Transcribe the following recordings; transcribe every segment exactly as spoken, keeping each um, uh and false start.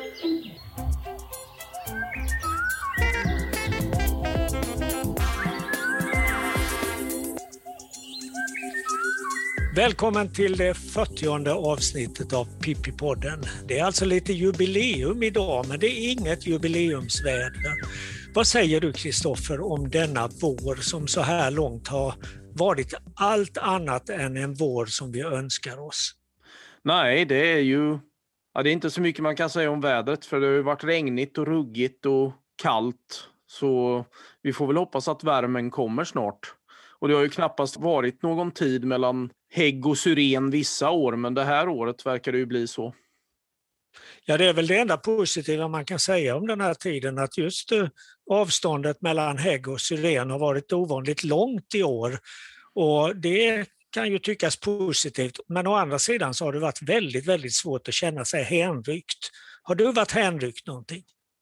Välkommen till det fyrtionde avsnittet av Pippi-podden. Det är alltså lite jubileum idag, men det är inget jubileumsväder. Vad säger du, Kristoffer, om denna vår som så här långt har varit allt annat än en vår som vi önskar oss? Nej, det är ju ja, det är inte så mycket man kan säga om vädret, för det har ju varit regnigt och ruggigt och kallt. Så vi får väl hoppas att värmen kommer snart. Och det har ju knappast varit någon tid mellan hägg och syren vissa år, men det här året verkar det ju bli så. Ja, det är väl det enda positiva man kan säga om den här tiden, att just uh, avståndet mellan hägg och syren har varit ovanligt långt i år. Och det kan ju tyckas positivt, men å andra sidan så har det varit väldigt, väldigt svårt att känna sig hänryckt. Har du varit hänryckt någonting?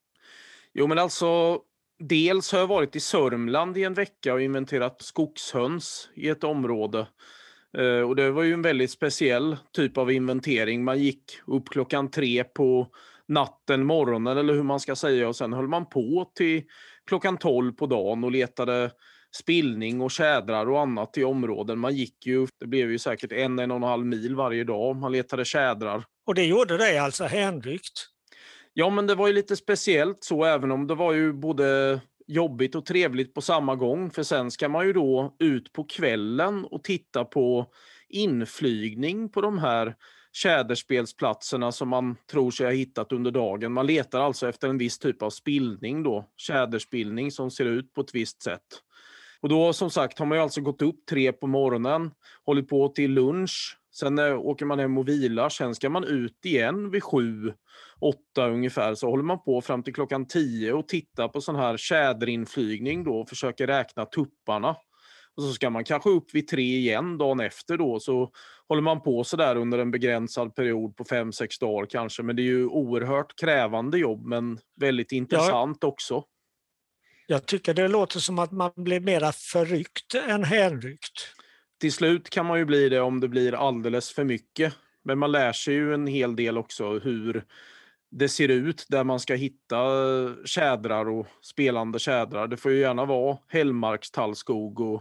Jo, men alltså... Dels har jag varit i Sörmland i en vecka och inventerat skogshöns i ett område. Eh, och det var ju en väldigt speciell typ av inventering. Man gick upp klockan tre på natten, morgonen eller hur man ska säga. Och sen höll man på till klockan tolv på dagen och letade spillning och tjädrar och annat i områden. Man gick ju, det blev ju säkert en, en och en halv mil varje dag. Man letade tjädrar. Och det gjorde dig alltså hänryckt? Ja, men det var ju lite speciellt så, även om det var ju både jobbigt och trevligt på samma gång. För sen ska man ju då ut på kvällen och titta på inflygning på de här tjäderspelsplatserna som man tror sig ha hittat under dagen. Man letar alltså efter en viss typ av spillning då, tjäderspillning som ser ut på ett visst sätt. Och då som sagt har man ju alltså gått upp tre på morgonen, hållit på till lunch. Sen åker man hem och vilar, sen ska man ut igen vid sju, åtta ungefär. Så håller man på fram till klockan tio och tittar på sån här tjäderinflygning då och försöker räkna tupparna. Och så ska man kanske upp vid tre igen dagen efter då. Så håller man på så där under en begränsad period på fem, sex dagar kanske. Men det är ju oerhört krävande jobb, men väldigt intressant ja. också. Jag tycker det låter som att man blir mera förryckt än hänryckt. Till slut kan man ju bli det om det blir alldeles för mycket. Men man lär sig ju en hel del också hur det ser ut där man ska hitta tjädrar och spelande tjädrar. Det får ju gärna vara hällmarkstallskog och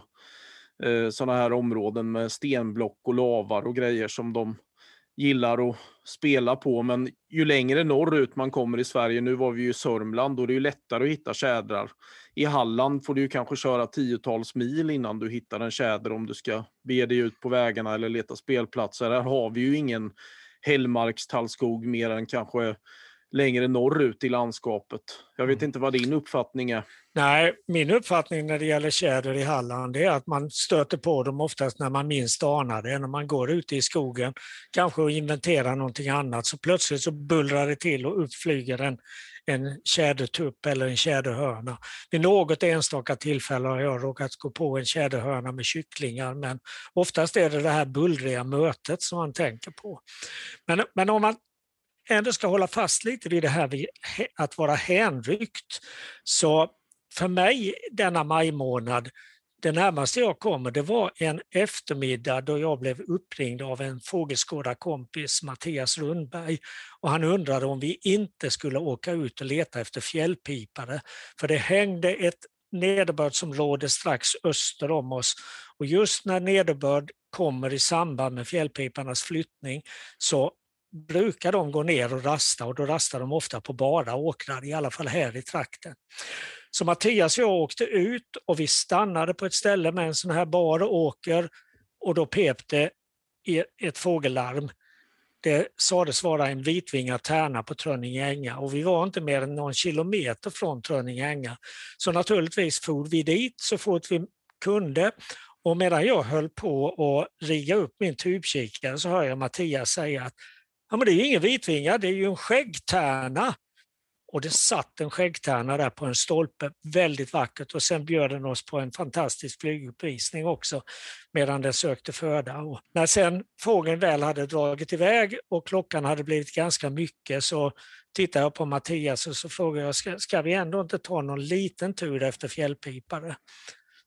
eh, sådana här områden med stenblock och lavar och grejer som de gillar att spela på. Men ju längre norrut man kommer i Sverige, nu var vi ju i Sörmland, och det är ju lättare att hitta tjädrar. I Halland får du ju kanske köra tiotals mil innan du hittar en tjäder om du ska bege dig ut på vägarna eller leta spelplatser. Här har vi ju ingen hällmarkstallskog mer än kanske längre norrut i landskapet. Jag vet inte vad din uppfattning är. Nej, min uppfattning när det gäller tjäder i Halland är att man stöter på dem oftast när man minst anar det. När man går ute i skogen, kanske och inventerar någonting annat, så plötsligt så bullrar det till och uppflyger en, en tjädertupp eller en tjäderhörna. Vid något enstaka tillfälle har jag råkat gå på en tjäderhörna med kycklingar, men oftast är det det här bullriga mötet som man tänker på. Men, men om man ändå ska hålla fast lite vid det här vid att vara hänryckt, så för mig denna majmånad, det närmaste jag kommer, det var en eftermiddag då jag blev uppringd av en fågelskådarkompis, Mattias Rundberg, och han undrade om vi inte skulle åka ut och leta efter fjällpipare, för det hängde ett nederbördsområde strax öster om oss, och just när nederbörd kommer i samband med fjällpiparnas flyttning så brukar de gå ner och rasta, och då rastar de ofta på bara åkrar, i alla fall här i trakten. Så Mattias och jag åkte ut och vi stannade på ett ställe med en sån här bar åker, och då pep det i ett fågellarm. Det sades vara en vitvingad tärna på Trönningeänga, och vi var inte mer än någon kilometer från Trönningeänga. Så naturligtvis for vi dit så fort vi kunde, och medan jag höll på att rigga upp min tubkikare så hör jag Mattias säga att ja, men det är ju ingen vitvinga, det är ju en skäggtärna. Och det satt en skäggtärna där på en stolpe, väldigt vackert, och sen bjöd den oss på en fantastisk flyguppvisning också medan den sökte föda. Och när sen fågeln väl hade dragit iväg och klockan hade blivit ganska mycket, så tittade jag på Mattias och så frågade jag, ska, ska vi ändå inte ta någon liten tur efter fjällpipare?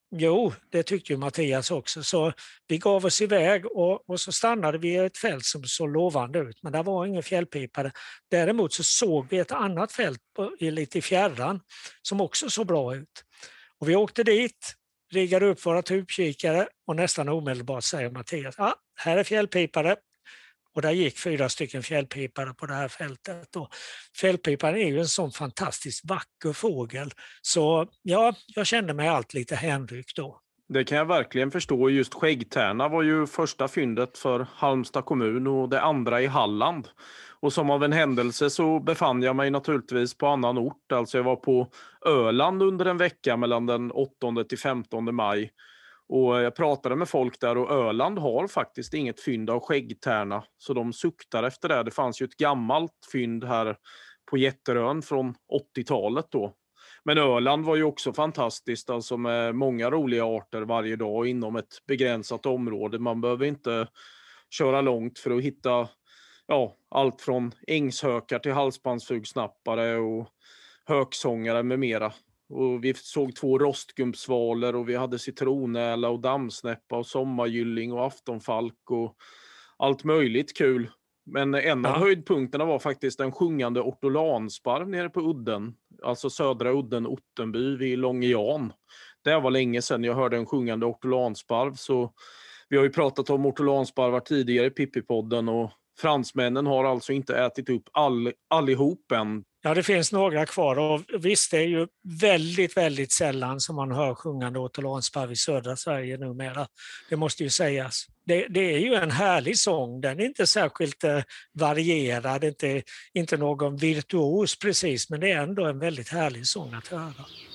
Jo, det tyckte ju Mattias också. Så vi gav oss iväg och, och så stannade vi i ett fält som såg lovande ut, men det var ingen fjällpipare. Däremot så såg vi ett annat fält på, i, lite i fjärran som också såg bra ut. Och vi åkte dit, riggade upp våra tubkikare och nästan omedelbart säger Mattias, ah, här är fjällpipare. Och där gick fyra stycken fjällpipare på det här fältet. Och fjällpiparen är ju en sån fantastiskt vacker fågel. Så ja, jag kände mig allt lite hänryckt då. Det kan jag verkligen förstå. Just skäggtärna var ju första fyndet för Halmstad kommun och det andra i Halland. Och som av en händelse så befann jag mig naturligtvis på annan ort. Alltså jag var på Öland under en vecka mellan den åttonde till femtonde maj. Och jag pratade med folk där och Öland har faktiskt inget fynd av skäggtärna. Så de suktar efter det. Det fanns ju ett gammalt fynd här på Jätterön från åttiotalet då. Men Öland var ju också fantastiskt, alltså med många roliga arter varje dag inom ett begränsat område. Man behöver inte köra långt för att hitta ja, allt från ängshökar till halsbandsfugsnappare och höksångare med mera. Och vi såg två rostgumpsvaler och vi hade citronäla och dammsnäppa och sommargylling och aftonfalk och allt möjligt kul. Men en av Ja. höjdpunkterna var faktiskt den sjungande ortolansparv nere på udden. Alltså södra udden Ottenby vid Långejan. Det var länge sedan jag hörde en sjungande ortolansparv. Så vi har ju pratat om ortolansparvar tidigare i Pippi-podden och fransmännen har alltså inte ätit upp all, allihop än. Ja, det finns några kvar och visst, det är ju väldigt, väldigt sällan som man hör sjungande ortolansparv i södra Sverige numera. Det måste ju sägas. Det, det är ju en härlig sång, den är inte särskilt eh, varierad, inte, inte någon virtuos precis, men det är ändå en väldigt härlig sång att höra.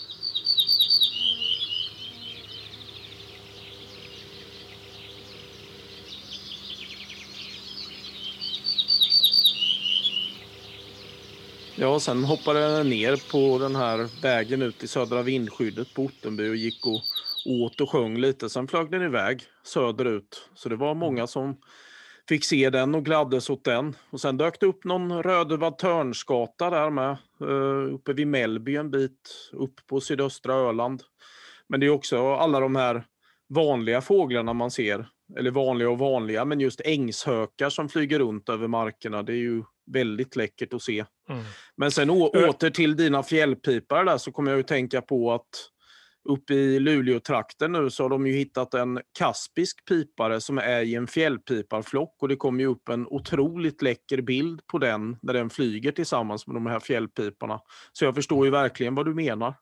Ja, sen hoppade den ner på den här vägen ut i södra vindskyddet på Ottenby och gick och åt och sjöng lite. Sen flög den iväg söderut. Så det var många som fick se den och gladdes åt den. Och sen dök det upp någon rödövad törnskata där med. Uh, uppe vid Mellby en bit upp på sydöstra Öland. Men det är också alla de här vanliga fåglarna man ser. Eller vanliga och vanliga, men just ängshökar som flyger runt över markerna. Det är ju väldigt läckert att se. Mm. Men sen å- åter till dina fjällpipar där så kommer jag ju tänka på att uppe i Luleå-trakten nu så har de ju hittat en kaspisk pipare som är i en fjällpiparflock och det kommer ju upp en otroligt läcker bild på den när den flyger tillsammans med de här fjällpiparna. Så jag förstår ju verkligen vad du menar.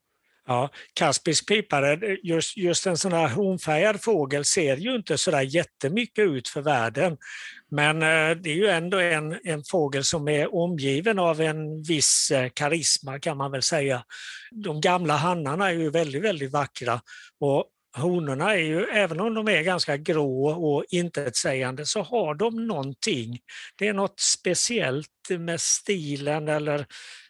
Ja, kaspisk pipare, just, just en sån här honfärgad fågel ser ju inte så där jättemycket ut för världen. Men eh, det är ju ändå en, en fågel som är omgiven av en viss eh, karisma kan man väl säga. De gamla hannarna är ju väldigt, väldigt vackra och honorna är ju, även om de är ganska grå och intetsägande så har de någonting. Det är något speciellt med stilen eller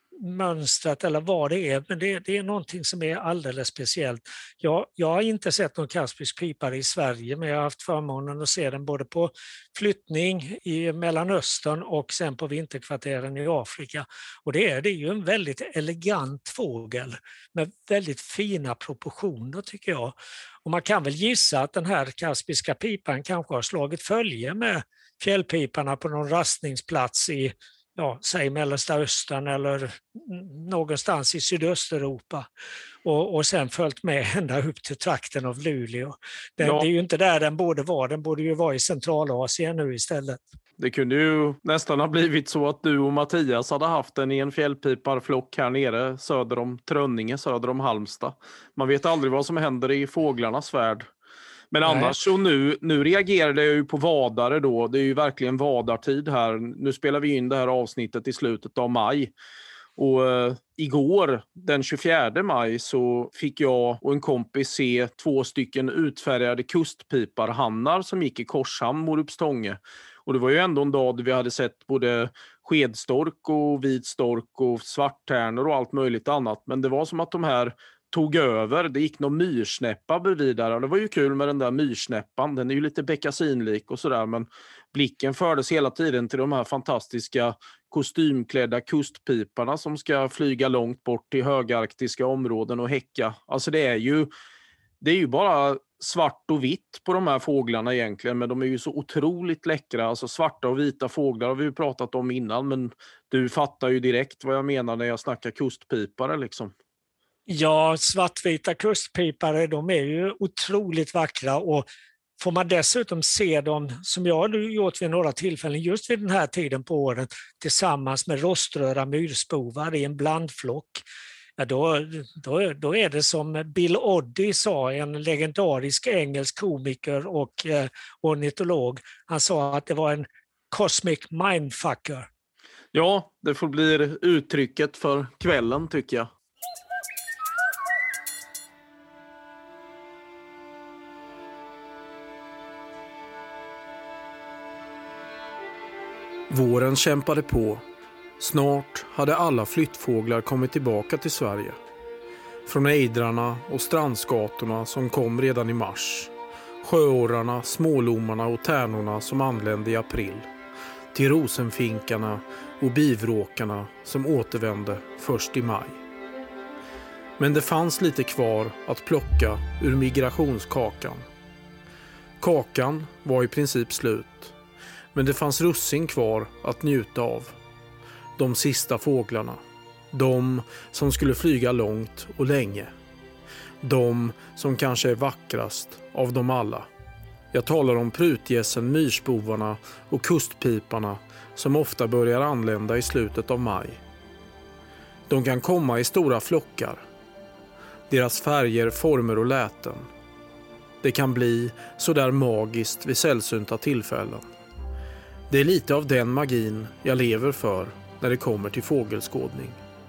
mönstret eller vad det är, men det, det är någonting som är alldeles speciellt. Jag, jag har inte sett någon kaspisk pipare i Sverige, men jag har haft förmånen att se den både på flyttning i Mellanöstern och sen på vinterkvarteren i Afrika. Och det är, det är ju en väldigt elegant fågel med väldigt fina proportioner tycker jag. Och man kan väl gissa att den här kaspiska pipan kanske har slagit följe med fjällpiparna på någon rastningsplats i ja, säg Mellersta Östern eller någonstans i Sydösteuropa och, och sen följt med ända upp till trakten av Luleå. Den, ja. Det är ju inte där den borde vara, den borde ju vara i Centralasien nu istället. Det kunde ju nästan ha blivit så att du och Mattias hade haft den i en fjällpiparflock här nere söder om Trönninge, söder om Halmstad. Man vet aldrig vad som händer i fåglarnas värld. Men annars så nu, nu reagerade jag ju på vadare då. Det är ju verkligen vadartid här. Nu spelar vi in det här avsnittet i slutet av maj. Och eh, igår, den tjugofjärde maj, så fick jag och en kompis se två stycken utfärgade kustpiparhannar som gick i Korshamn, Morupstånge. Och det var ju ändå en dag där vi hade sett både skedstork och vitstork och svarttärnor och allt möjligt annat. Men det var som att de här tog över. Det gick någon myrsnäppa bredvid där. Och det var ju kul med den där myrsnäppan. Den är ju lite beckasinlik och sådär. Men blicken fördes hela tiden till de här fantastiska kostymklädda kustpiparna som ska flyga långt bort till högarktiska områden och häcka. Alltså det är ju Det är ju bara svart och vitt på de här fåglarna egentligen, men de är ju så otroligt läckra. Alltså svarta och vita fåglar har vi ju pratat om innan, men du fattar ju direkt vad jag menar när jag snackar kustpipare liksom. Ja, svartvita kustpipare, de är ju otroligt vackra, och får man dessutom se dem, som jag har gjort vid några tillfällen just vid den här tiden på året, tillsammans med roströra myrspovar i en blandflock, ja, då, då, då är det som Bill Oddie sa, en legendarisk engelsk komiker och eh, ornitolog. Han sa att det var en cosmic mindfucker. Ja, det får bli uttrycket för kvällen tycker jag. Våren kämpade på. Snart hade alla flyttfåglar kommit tillbaka till Sverige. Från ejdrarna och strandsgatorna som kom redan i mars. Sjöorrarna, smålommarna och tärnorna som anlände i april. Till rosenfinkarna och bivråkarna som återvände först i maj. Men det fanns lite kvar att plocka ur migrationskakan. Kakan var i princip slut. Men det fanns russin kvar att njuta av. De sista fåglarna. De som skulle flyga långt och länge. De som kanske är vackrast av dem alla. Jag talar om prutgässen, myrspovarna och kustpiparna som ofta börjar anlända i slutet av maj. De kan komma i stora flockar. Deras färger, former och läten. Det kan bli så där magiskt vid sällsynta tillfällen. Det är lite av den magin jag lever för när det kommer till fågelskådning.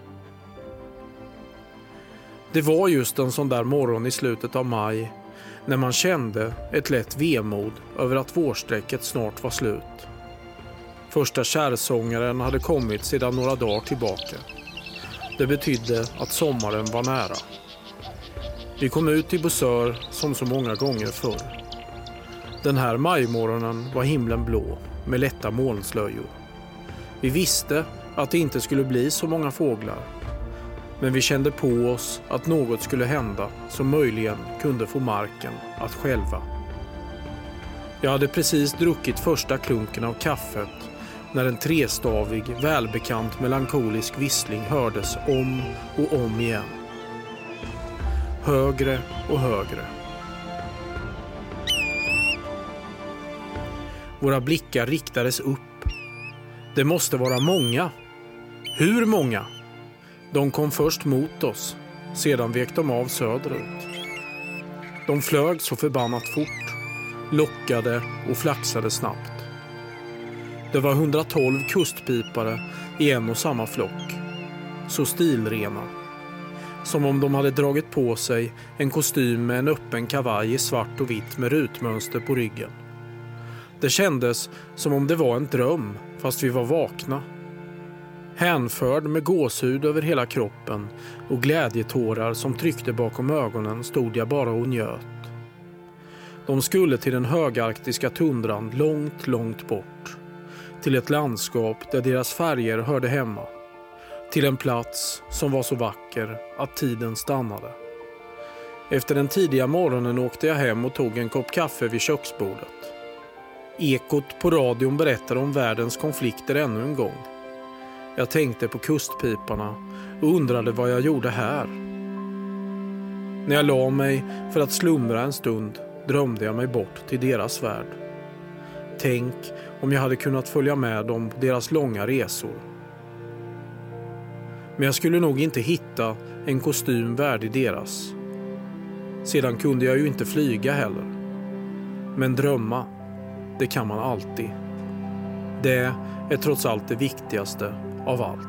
Det var just en sån där morgon i slutet av maj när man kände ett lätt vemod över att vårsträcket snart var slut. Första kärrsångaren hade kommit sedan några dagar tillbaka. Det betydde att sommaren var nära. Vi kom ut till Bosör som så många gånger förr. Den här majmorgonen var himlen blå med lätta molnslöjor. Vi visste att det inte skulle bli så många fåglar. Men vi kände på oss att något skulle hända som möjligen kunde få marken att skälva. Jag hade precis druckit första klunken av kaffet när en trestavig, välbekant melankolisk vissling hördes om och om igen. Högre och högre. Våra blickar riktades upp. Det måste vara många. Hur många? De kom först mot oss, sedan vek de av söderut. De flög så förbannat fort, lockade och flaxade snabbt. Det var hundratolv kustpipare i en och samma flock, så stilrena. Som om de hade dragit på sig en kostym med en öppen kavaj i svart och vitt med rutmönster på ryggen. Det kändes som om det var en dröm, fast vi var vakna. Hänförd med gåshud över hela kroppen och glädjetårar som tryckte bakom ögonen stod jag bara och njöt. De skulle till den högarktiska tundran långt, långt bort. Till ett landskap där deras färger hörde hemma. Till en plats som var så vacker att tiden stannade. Efter den tidiga morgonen åkte jag hem och tog en kopp kaffe vid köksbordet. Ekot på radion berättade om världens konflikter ännu en gång. Jag tänkte på kustpiparna och undrade vad jag gjorde här. När jag la mig för att slumra en stund drömde jag mig bort till deras värld. Tänk om jag hade kunnat följa med dem på deras långa resor. Men jag skulle nog inte hitta en kostym värdig deras. Sedan kunde jag ju inte flyga heller. Men drömma, det kan man alltid. Det är trots allt det viktigaste av allt.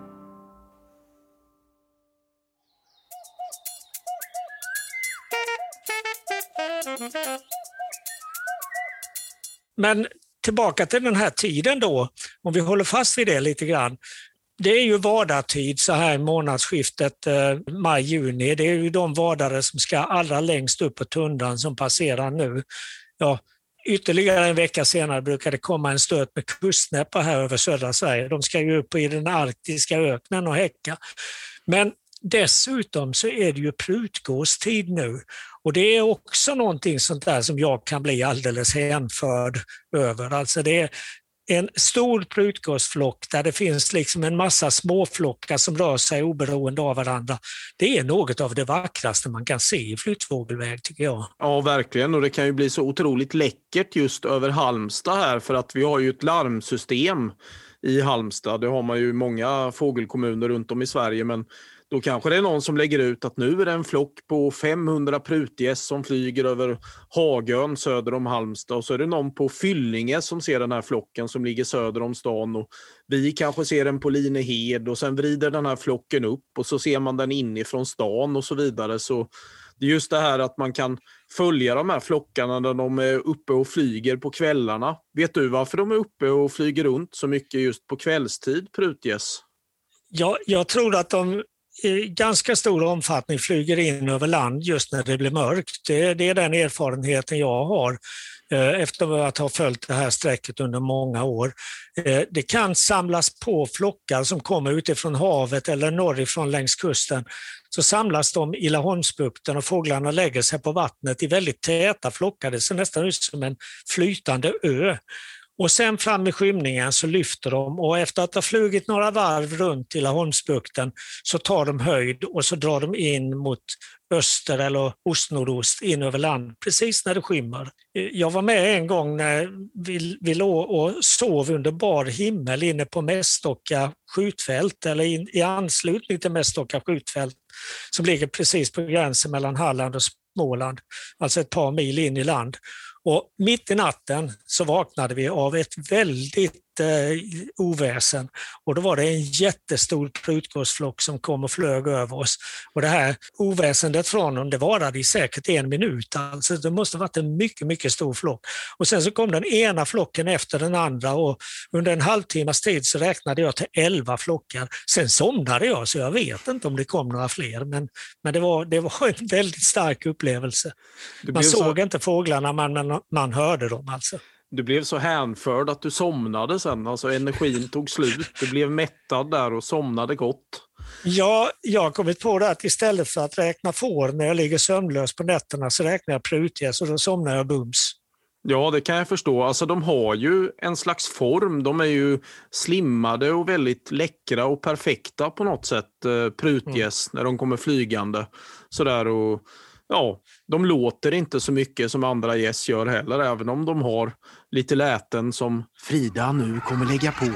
Men tillbaka till den här tiden då, om vi håller fast vid det lite grann. Det är ju vardartid så här i månadsskiftet eh, maj-juni. Det är ju de vardare som ska allra längst upp på tundran som passerar nu. Ja, ytterligare en vecka senare brukar det komma en stöt med kustnäppar här över södra Sverige. De ska ju upp i den arktiska öknen och häcka. Men Dessutom så är det ju prutgåstid nu och det är också någonting sånt där som jag kan bli alldeles hänförd över. Alltså det är en stor prutgåsflock där det finns liksom en massa småflockar som rör sig oberoende av varandra. Det är något av det vackraste man kan se i flyttfågelväg, tycker jag. Ja, verkligen. Och det kan ju bli så otroligt läckert just över Halmstad här, för att vi har ju ett larmsystem i Halmstad. Det har man ju i många fågelkommuner runt om i Sverige, men då kanske det är någon som lägger ut att nu är det en flock på femhundra prutgäss som flyger över Hagön söder om Halmstad, och så är det någon på Fyllinge som ser den här flocken som ligger söder om stan, och vi kanske ser den på Linehed, och sen vrider den här flocken upp och så ser man den inifrån stan och så vidare. Så det är just det här att man kan följa de här flockarna när de är uppe och flyger på kvällarna. Vet du varför de är uppe och flyger runt så mycket just på kvällstid, prutgäss? Ja, jag tror att de i ganska stor omfattning flyger in över land just när det blir mörkt. Det, det är den erfarenheten jag har eh, efter att ha följt det här sträcket under många år. Eh, det kan samlas på flockar som kommer utifrån havet eller norrifrån längs kusten. Så samlas de i Laholmsbukten och fåglarna lägger sig på vattnet i väldigt täta flockar. Det ser nästan ut som en flytande ö. Och sen fram i skymningen så lyfter de, och efter att ha flugit några varv runt i Laholmsbukten så tar de höjd och så drar de in mot öster eller ostnordost in över land precis när det skymmer. Jag var med en gång när vi, vi låg och sov under bar himmel inne på Mästocka skjutfält, eller in, i anslutning till Mästocka skjutfält som ligger precis på gränsen mellan Halland och Småland, alltså ett par mil in i land. Och mitt i natten så vaknade vi av ett väldigt eh, oväsen, och då var det en jättestor prutgåsflock som kom och flög över oss. Och det här oväsendet från dem, det varade i säkert en minut. Alltså det måste ha varit en mycket, mycket stor flock. Och sen så kom den ena flocken efter den andra, och under en halvtimmas tid så räknade jag till elva flockar. Sen somnade jag, så jag vet inte om det kom några fler, men, men det, var, det var en väldigt stark upplevelse. Man såg så... inte fåglarna, man, man, man hörde dem alltså. Du blev så hänförd att du somnade sen, alltså energin tog slut, du blev mättad där och somnade gott. Ja, jag har kommit på det att istället för att räkna får när jag ligger sömnlös på nätterna så räknar jag prutgäss, och då somnar jag bums. Ja, det kan jag förstå. Alltså de har ju en slags form, de är ju slimmade och väldigt läckra och perfekta på något sätt, prutgäss, mm. när de kommer flygande sådär. Och ja, de låter inte så mycket som andra gäss gör heller, även om de har lite läten som Frida nu kommer lägga på.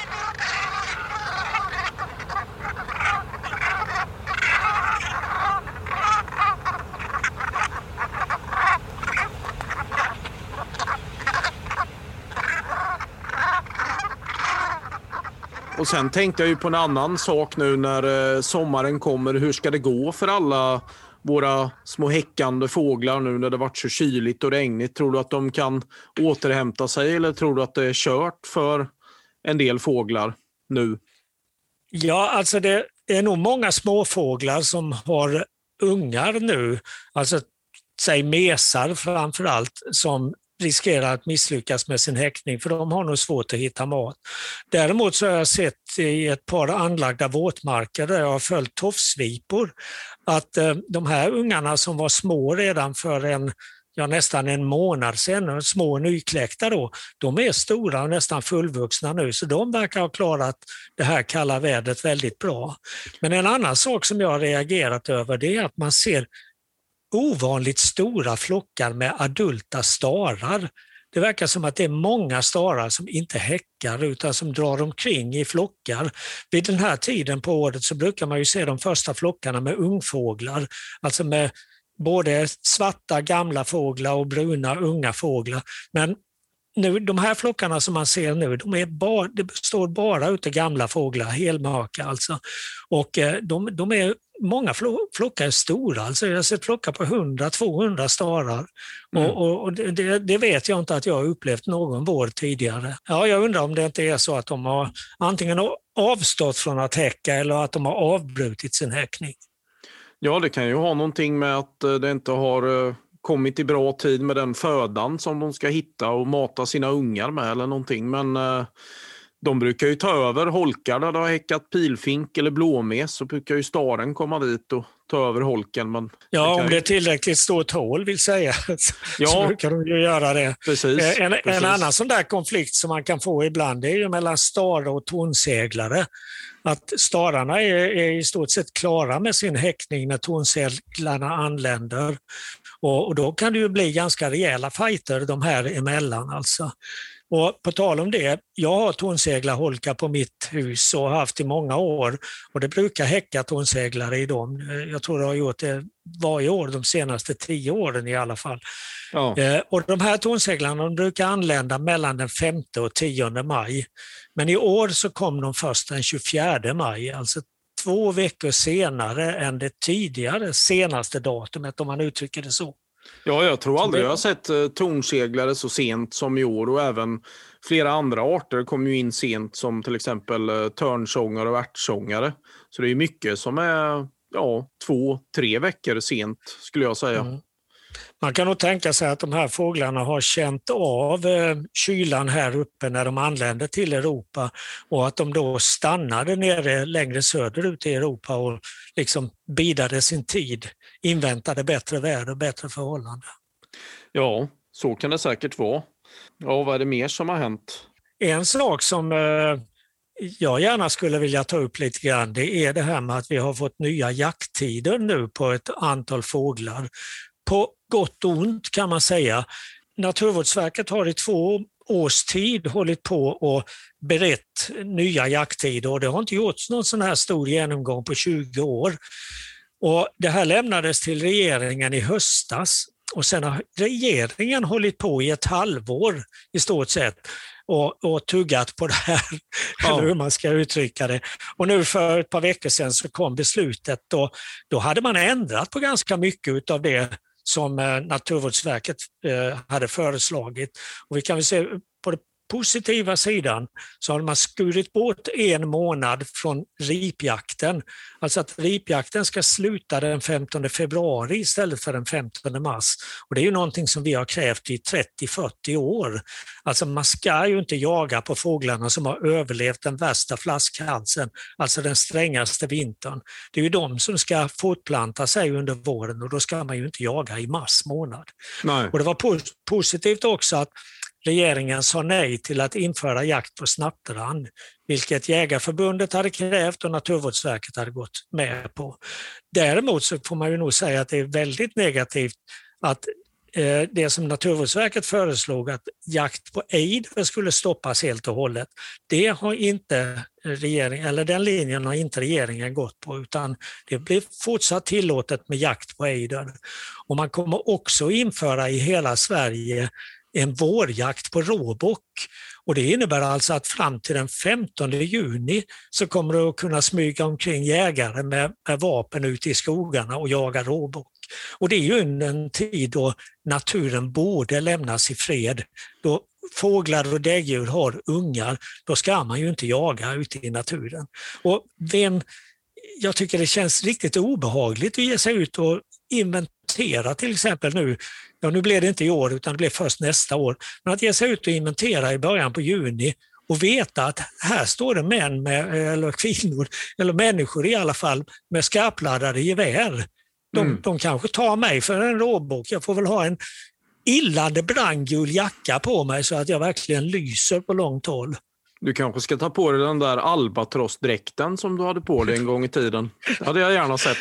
Och sen tänkte jag ju på en annan sak nu när eh, sommaren kommer. Hur ska det gå för alla våra små häckande fåglar nu när det varit så kyligt och regnigt? Tror du att de kan återhämta sig, eller tror du att det är kört för en del fåglar nu? Ja, alltså det är nog många småfåglar som har ungar nu. Alltså säg mesar framför allt, som riskerar att misslyckas med sin häckning, för de har nog svårt att hitta mat. Däremot så har jag sett i ett par anlagda våtmarker där jag har följt tofsvipor att eh, de här ungarna som var små redan för en, ja, nästan en månad sedan, små nykläckta då, de är stora och nästan fullvuxna nu, så de verkar ha klarat det här kalla vädret väldigt bra. Men en annan sak som jag har reagerat över, det är att man ser ovanligt stora flockar med adulta starar. Det verkar som att det är många starar som inte häckar utan som drar omkring i flockar. Vid den här tiden på året så brukar man ju se de första flockarna med ungfåglar, alltså med både svarta gamla fåglar och bruna unga fåglar. Men nu, de här flockarna som man ser nu, de är bara, det består bara av gamla fåglar, helmaka alltså. Och de, de är, många flockar är stora, alltså jag har sett flockar på hundra till tvåhundra starar. Mm. Och, och, och det, det vet jag inte att jag har upplevt någon vår tidigare. Ja, jag undrar om det inte är så att de har antingen avstått från att häcka eller att de har avbrutit sin häckning. Ja, det kan ju ha någonting med att det inte har kommit i bra tid med den födan som de ska hitta och mata sina ungar med eller någonting. Men De brukar ju ta över holkar där det har häckat pilfink eller blåmes, så brukar ju staren komma dit och ta över holken. Men ja, det om det är tillräckligt stort hål vill säga, ja, så brukar de ju göra det. Precis, en, precis. en annan sån där konflikt som man kan få ibland är ju mellan stare och tonseglare. Att stararna är, är i stort sett klara med sin häckning när tonseglarna anländer. Och, och då kan det ju bli ganska rejäla fighter de här emellan alltså. Och på tal om det, jag har tonseglarholkar på mitt hus och har haft i många år, och det brukar häcka tonseglare i dem. Jag tror det har gjort det varje år de senaste tio åren i alla fall. Ja. Eh, och de här tonseglarna de brukar anlända mellan den femte och tionde maj. Men i år så kom de först den tjugofjärde maj, alltså två veckor senare än det tidigare senaste datumet, om man uttrycker det så. Ja, jag tror aldrig jag har sett uh, tonseglare så sent som i år, och även flera andra arter kom ju in sent, som till exempel uh, törnsångare och ärtsångare. Så det är mycket som är ja, två, tre veckor sent skulle jag säga. Mm. Man kan nog tänka sig att de här fåglarna har känt av eh, kylan här uppe när de anlände till Europa, och att de då stannade nere längre söderut i Europa och liksom bidade sin tid, inväntade bättre väder och bättre förhållanden. Ja, så kan det säkert vara. Ja, vad är det mer som har hänt? En sak som eh, jag gärna skulle vilja ta upp lite grann, det är det här med att vi har fått nya jakttider nu på ett antal fåglar. På gott och ont kan man säga. Naturvårdsverket har i två års tid hållit på och berett nya jakttider, och det har inte gjorts någon sån här stor genomgång på tjugo år. Och det här lämnades till regeringen i höstas, och sen har regeringen hållit på i ett halvår i stort sett och, och tuggat på det här, ja. Eller hur man ska uttrycka det. Och nu för ett par veckor sedan så kom beslutet, och då hade man ändrat på ganska mycket av det som Naturvårdsverket hade föreslagit. Och vi kan väl se på det positiva sidan så har man skurit bort en månad från ripjakten. Alltså att ripjakten ska sluta den femtonde februari istället för den femtonde mars. Och det är ju någonting som vi har krävt i trettio till fyrtio år. Alltså man ska ju inte jaga på fåglarna som har överlevt den värsta flaskhalsen, alltså den strängaste vintern. Det är ju de som ska fortplanta sig under våren, och då ska man ju inte jaga i mars månad. Nej. Och det var pos- positivt också att regeringen sa nej till att införa jakt på snapptand, vilket Jägarförbundet hade krävt och Naturvårdsverket hade gått med på. Däremot så får man ju nog säga att det är väldigt negativt att eh, det som Naturvårdsverket föreslog, att jakt på ejder skulle stoppas helt och hållet, det har inte regeringen, eller den linjen har inte regeringen gått på, utan det blir fortsatt tillåtet med jakt på ejder. Och man kommer också införa i hela Sverige en vårjakt på råbock, och det innebär alltså att fram till den femtonde juni så kommer det att kunna smyga omkring jägare med, med vapen ute i skogarna och jaga råbock. Och det är ju en, en tid då naturen borde lämnas i fred. Då fåglar och däggdjur har ungar, då ska man ju inte jaga ute i naturen. Och vem, jag tycker det känns riktigt obehagligt att ge sig ut och inventera till exempel nu. Ja, nu blev det inte i år utan det blev först nästa år. Men att ge sig ut och inventera i början på juni och veta att här står det män med, eller kvinnor eller människor i alla fall med skarpladdade gevär. De, mm. de kanske tar mig för en råbock. Jag får väl ha en illande brandgul jacka på mig så att jag verkligen lyser på långt håll. Du kanske ska ta på dig den där albatrossdräkten som du hade på dig en gång i tiden. Det hade jag gärna sett.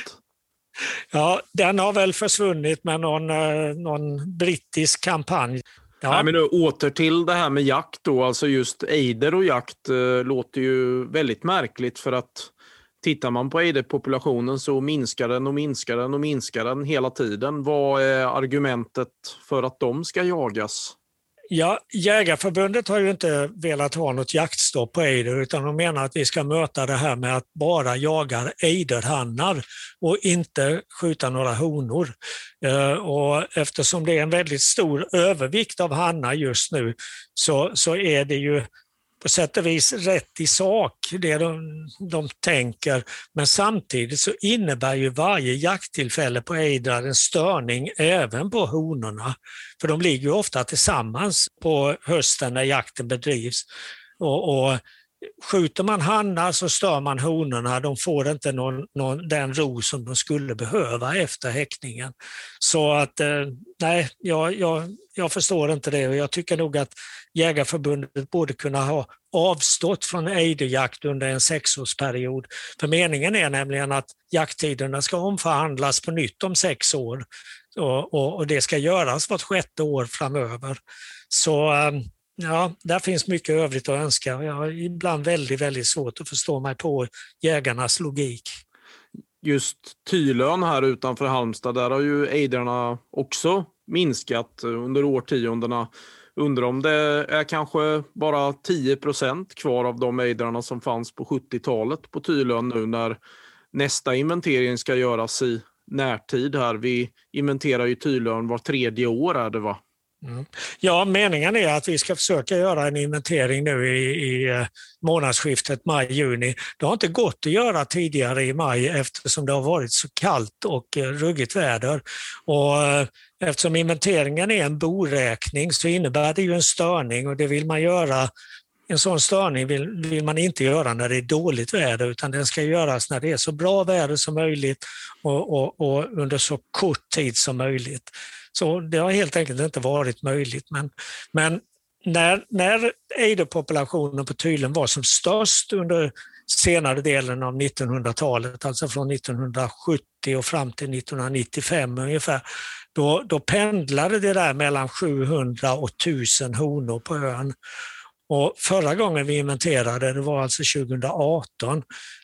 Ja, den har väl försvunnit med någon, någon brittisk kampanj. Ja. Nej, men nu, åter till det här med jakt då. Alltså just ejder och jakt eh, låter ju väldigt märkligt, för att tittar man på ejderpopulationen så minskar den och minskar den och minskar den hela tiden. Vad är argumentet för att de ska jagas? Ja, Jägarförbundet har ju inte velat ha något jaktstopp på ejder, utan de menar att vi ska möta det här med att bara jaga ejderhannar och inte skjuta några honor. Och eftersom det är en väldigt stor övervikt av hannar just nu så, så är det ju på sätt och vis rätt i sak det de, de tänker, men samtidigt så innebär ju varje jakttillfälle på ejdrar en störning även på honorna, för de ligger ju ofta tillsammans på hösten när jakten bedrivs, och, och skjuter man hannar så stör man honorna. De får inte någon, någon, den ro som de skulle behöva efter häckningen. Så att eh, nej, jag, jag, jag förstår inte det och jag tycker nog att Jägarförbundet borde kunna ha avstått från ejderjakt under en sexårsperiod. För meningen är nämligen att jakttiderna ska omförhandlas på nytt om sex år och, och, och det ska göras vart sjätte år framöver. Så eh, ja, där finns mycket övrigt att önska. Jag har ibland väldigt, väldigt svårt att förstå mig på jägarnas logik. Just Tylön här utanför Halmstad, där har ju ejdrarna också minskat under årtiondena. Undrar om det är kanske bara tio procent kvar av de ejdrarna som fanns på sjuttiotalet på Tylön nu när nästa inventering ska göras i närtid här. Vi inventerar ju Tylön var tredje år är det va? Mm. Ja, meningen är att vi ska försöka göra en inventering nu i, i månadsskiftet maj-juni. Det har inte gått att göra tidigare i maj eftersom det har varit så kallt och ruggigt väder. Och eftersom inventeringen är en boräkning så innebär det ju en störning och det vill man göra. En sån störning vill, vill man inte göra när det är dåligt väder utan den ska göras när det är så bra väder som möjligt och, och, och under så kort tid som möjligt. Så det har helt enkelt inte varit möjligt. Men, men när, när ejderpopulationen på Tylön var som störst under senare delen av nittonhundratalet, alltså från nittonhundrasjuttio och fram till nittonhundranittiofem ungefär, då, då pendlade det där mellan sjuhundra och tusen honor på ön. Och förra gången vi inventerade, det var alltså tjugohundraarton,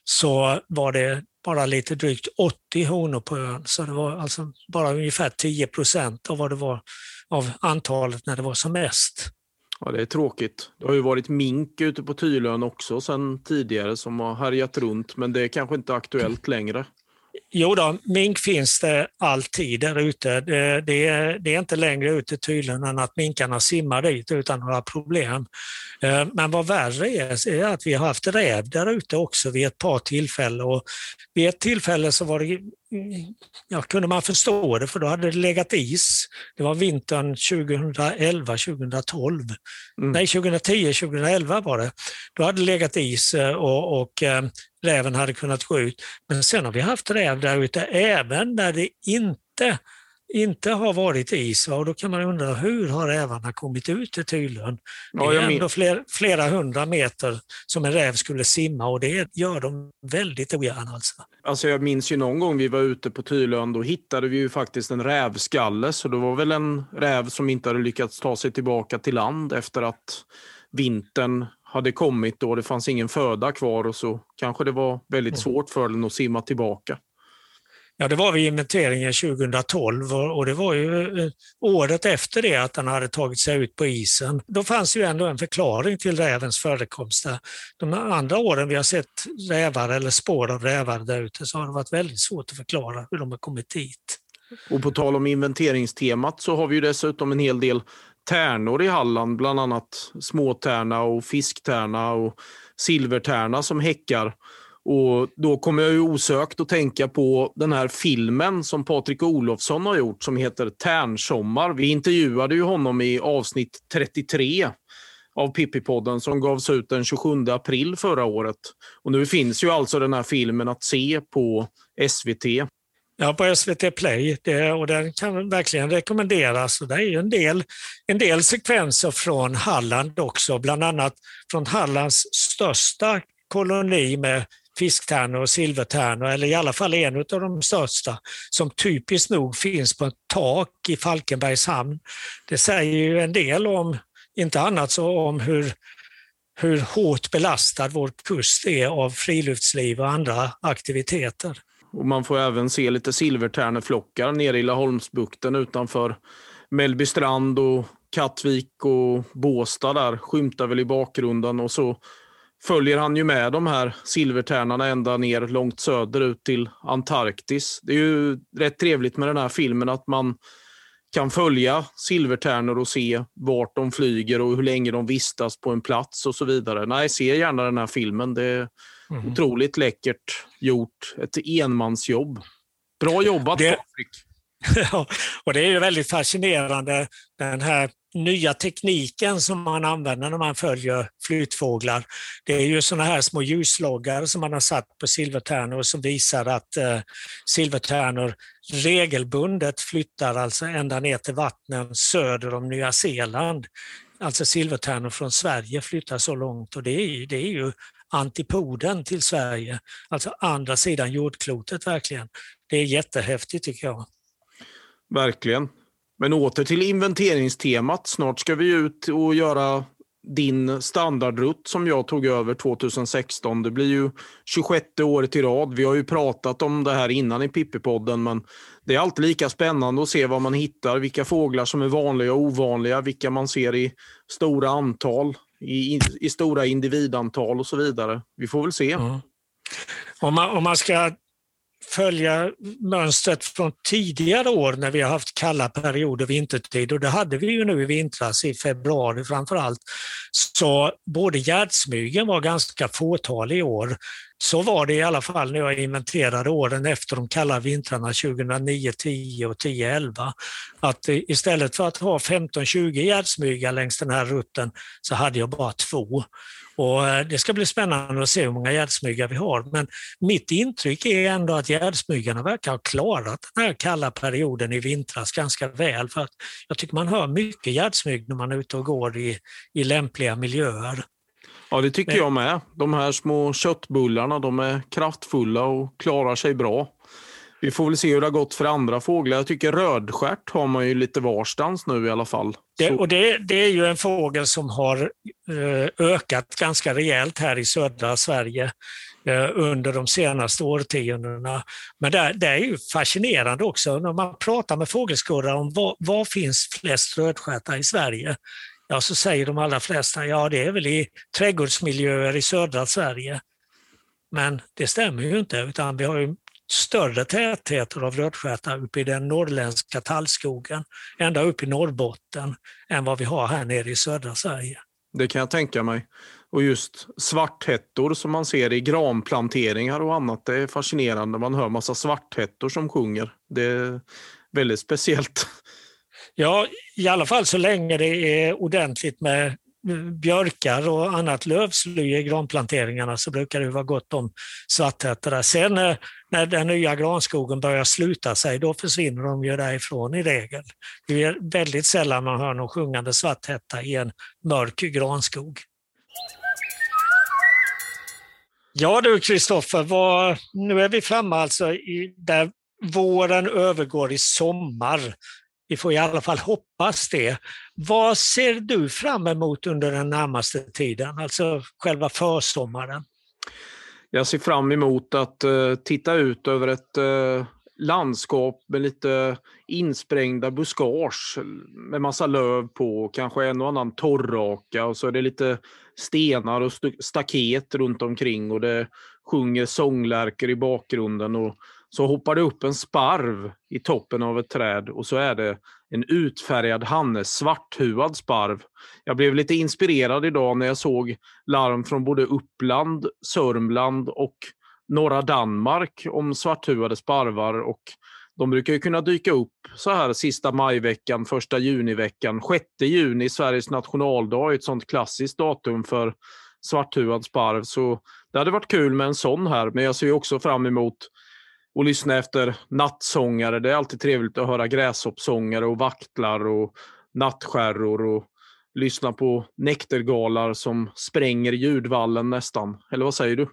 så var det bara lite drygt åttio honor på ön. Så det var alltså bara ungefär tio procent av vad det var av antalet när det var som mest. Ja, det är tråkigt. Det har ju varit mink ute på Tylön också sedan tidigare som har härjat runt, men det är kanske inte aktuellt längre. Jo då, mink finns det alltid där ute. Det, det, är, det är inte längre ute i Tylön än att minkarna simmar dit utan några problem. Men vad värre är, är att vi har haft räv där ute också vid ett par tillfällen. Och vid ett tillfälle så var det, ja, kunde man förstå det för då hade det legat is. Det var vintern tjugohundraelva tjugotolv. Mm. Nej, tjugohundratio tjugohundraelva var det. Då hade det legat is och, och räven hade kunnat gå ut. Men sen har vi haft räv där ute även när det inte, inte har varit is. Och då kan man undra hur har rävarna kommit ut i Tylön? Det är ja, ändå fler, flera hundra meter som en räv skulle simma och det gör de väldigt ogärna. Alltså. Alltså jag minns ju någon gång vi var ute på Tylön, då hittade vi ju faktiskt en rävskalle. Så det var väl en räv som inte hade lyckats ta sig tillbaka till land efter att vintern hade kommit då det fanns ingen föda kvar och så kanske det var väldigt svårt för den att simma tillbaka. Ja, det var vid inventeringen tjugotolv och det var ju året efter det att den hade tagit sig ut på isen. Då fanns ju ändå en förklaring till rävens förekomst där. De andra åren vi har sett rävar eller spår av rävar där ute så har det varit väldigt svårt att förklara hur de har kommit dit. Och på tal om inventeringstemat så har vi ju dessutom en hel del tärnor i Halland, bland annat småtärna och fisktärna och silvertärna som häckar. Och då kommer jag ju osökt att tänka på den här filmen som Patrik Olofsson har gjort som heter Tärnsommar. Vi intervjuade ju honom i avsnitt trettiotre av Pippi-podden som gavs ut den tjugosjunde april förra året. Och nu finns ju alltså den här filmen att se på S V T. Ja, på S V T Play det, och den kan verkligen rekommenderas. Och det är ju en del, en del sekvenser från Halland också, bland annat från Hallands största koloni med fisktärnor och silvertärnor, eller i alla fall en av de största, som typiskt nog finns på ett tak i Falkenbergs hamn. Det säger ju en del om, inte annat så om hur, hur hårt belastad vår kust är av friluftsliv och andra aktiviteter. Och man får även se lite silvertärneflockar nere i Laholmsbukten utanför Mellbystrand och Kattvik och Båstad där skymtar väl i bakgrunden och så följer han ju med de här silvertärnarna ända ner långt söderut till Antarktis. Det är ju rätt trevligt med den här filmen att man kan följa silvertärnor och se vart de flyger och hur länge de vistas på en plats och så vidare. Nej, se gärna den här filmen. Det är mm. otroligt läckert gjort. Ett enmansjobb. Bra jobbat, det, Patrik. Ja, och det är ju väldigt fascinerande, den här nya tekniken som man använder när man följer flyttfåglar. Det är ju såna här små ljusloggar som man har satt på silvertärnor som visar att eh, silvertärnor regelbundet flyttar alltså ända ner till vattnen söder om Nya Zeeland. Alltså silvertärnor från Sverige flyttar så långt, och det är, det är ju antipoden till Sverige, alltså andra sidan jordklotet verkligen. Det är jättehäftigt tycker jag. Verkligen. Men åter till inventeringstemat. Snart ska vi ut och göra din standardrutt som jag tog över tjugohundrasexton. Det blir ju tjugosjätte året i rad. Vi har ju pratat om det här innan i Pippi-podden, men det är alltid lika spännande att se vad man hittar, vilka fåglar som är vanliga och ovanliga, vilka man ser i stora antal, i, i stora individantal och så vidare. Vi får väl se. Mm. Om man, om man ska följa mönstret från tidigare år när vi har haft kalla perioder vintertid, och det hade vi ju nu i vintras i februari framför allt, så både gärdsmygen var ganska fåtalig i år. Så var det i alla fall när jag inventerade åren efter de kalla vintrarna tjugohundranio tio och tio elva. Att istället för att ha femton tjugo gärdsmygar längs den här rutten så hade jag bara två. Och det ska bli spännande att se hur många gärdsmygar vi har. Men mitt intryck är ändå att gärdsmygarna verkar ha klarat den här kalla perioden i vintras ganska väl. För att jag tycker man hör mycket gärdsmyg när man är ute och går i, i lämpliga miljöer. Ja, det tycker Men, jag med. De här små köttbullarna, de är kraftfulla och klarar sig bra. Vi får väl se hur det har gått för andra fåglar. Jag tycker rödstjärt har man ju lite varstans nu i alla fall. det, och det, det är ju en fågel som har ökat ganska rejält här i södra Sverige under de senaste årtiondena. Men det, det är ju fascinerande också när man pratar med fågelskurrar om vad, vad finns flest rödstjärtar i Sverige. Ja, så säger de allra flesta, ja det är väl i trädgårdsmiljöer i södra Sverige. Men det stämmer ju inte, utan vi har ju större tätheter av rödstjärtar uppe i den norrländska tallskogen, ända upp i Norrbotten, än vad vi har här nere i södra Sverige. Det kan jag tänka mig. Och just svarthättor som man ser i granplanteringar och annat, det är fascinerande. Man hör massa svarthättor som sjunger. Det är väldigt speciellt. Ja, i alla fall så länge det är ordentligt med björkar och annat lövsly i granplanteringarna så brukar det vara gott om svarthättor där. Sen när, när den nya granskogen börjar sluta sig, då försvinner de ju därifrån i regel. Det är väldigt sällan man hör någon sjungande svarthätta i en mörk granskog. Ja du Kristoffer, nu är vi framme alltså i, där våren övergår i sommar. Vi får i alla fall hoppas det. Vad ser du fram emot under den närmaste tiden, alltså själva försommaren? Jag ser fram emot att uh, titta ut över ett uh, landskap med lite insprängda buskage med massa löv på, kanske en och annan torrraka, och så är det lite stenar och st- staket runt omkring och det sjunger sånglärkor i bakgrunden, och så hoppar det upp en sparv i toppen av ett träd och så är det en utfärgad hanne, svarthuvad sparv. Jag blev lite inspirerad idag när jag såg larm från både Uppland, Sörmland och norra Danmark om svarthuvade sparvar, och de brukar ju kunna dyka upp så här sista majveckan, första juniveckan, sjätte juni, Sveriges nationaldag, ett sånt klassiskt datum för svarthuvad sparv. Så det hade varit kul med en sån här, men jag ser ju också fram emot och lyssna efter nattsångare. Det är alltid trevligt att höra gräshoppsångare och vaktlar och nattskärror och lyssna på näktergalar som spränger ljudvallen nästan. Eller vad säger du?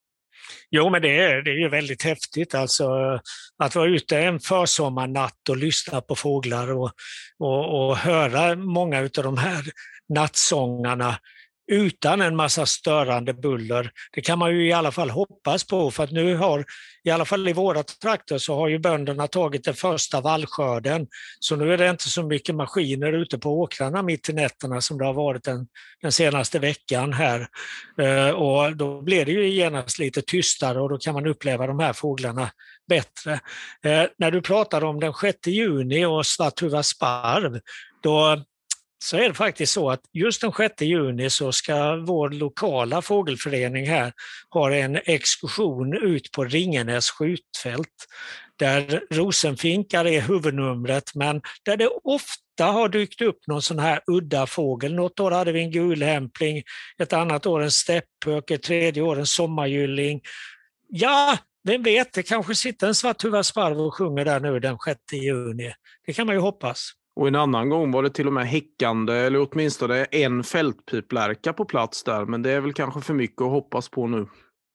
Jo, men det är, det är ju väldigt häftigt alltså, att vara ute en försommarnatt och lyssna på fåglar och, och, och höra många av de här nattsångarna utan en massa störande buller. Det kan man ju i alla fall hoppas på, för att nu har, i alla fall i våra trakter, så har ju bönderna tagit den första vallskörden. Så nu är det inte så mycket maskiner ute på åkrarna mitt i nätterna som det har varit den, den senaste veckan här. Eh, och då blir det ju genast lite tystare och då kan man uppleva de här fåglarna bättre. Eh, när du pratar om den sjätte juni och svarthuvad sparv, då så är det faktiskt så att just den sjätte juni så ska vår lokala fågelförening här ha en exkursion ut på Ringenäs skjutfält. där rosenfinkar är huvudnumret, men där det ofta har dykt upp någon sån här udda fågel. Något år hade vi en gulhämpling, ett annat år en stäpphök, ett tredje år en sommargylling. Ja, vem vet, det kanske sitter en svarthuvad sparv och sjunger där nu den sjätte juni. Det kan man ju hoppas. Och en annan gång var det till och med häckande, eller åtminstone en fältpiplärka på plats där, men det är väl kanske för mycket att hoppas på nu.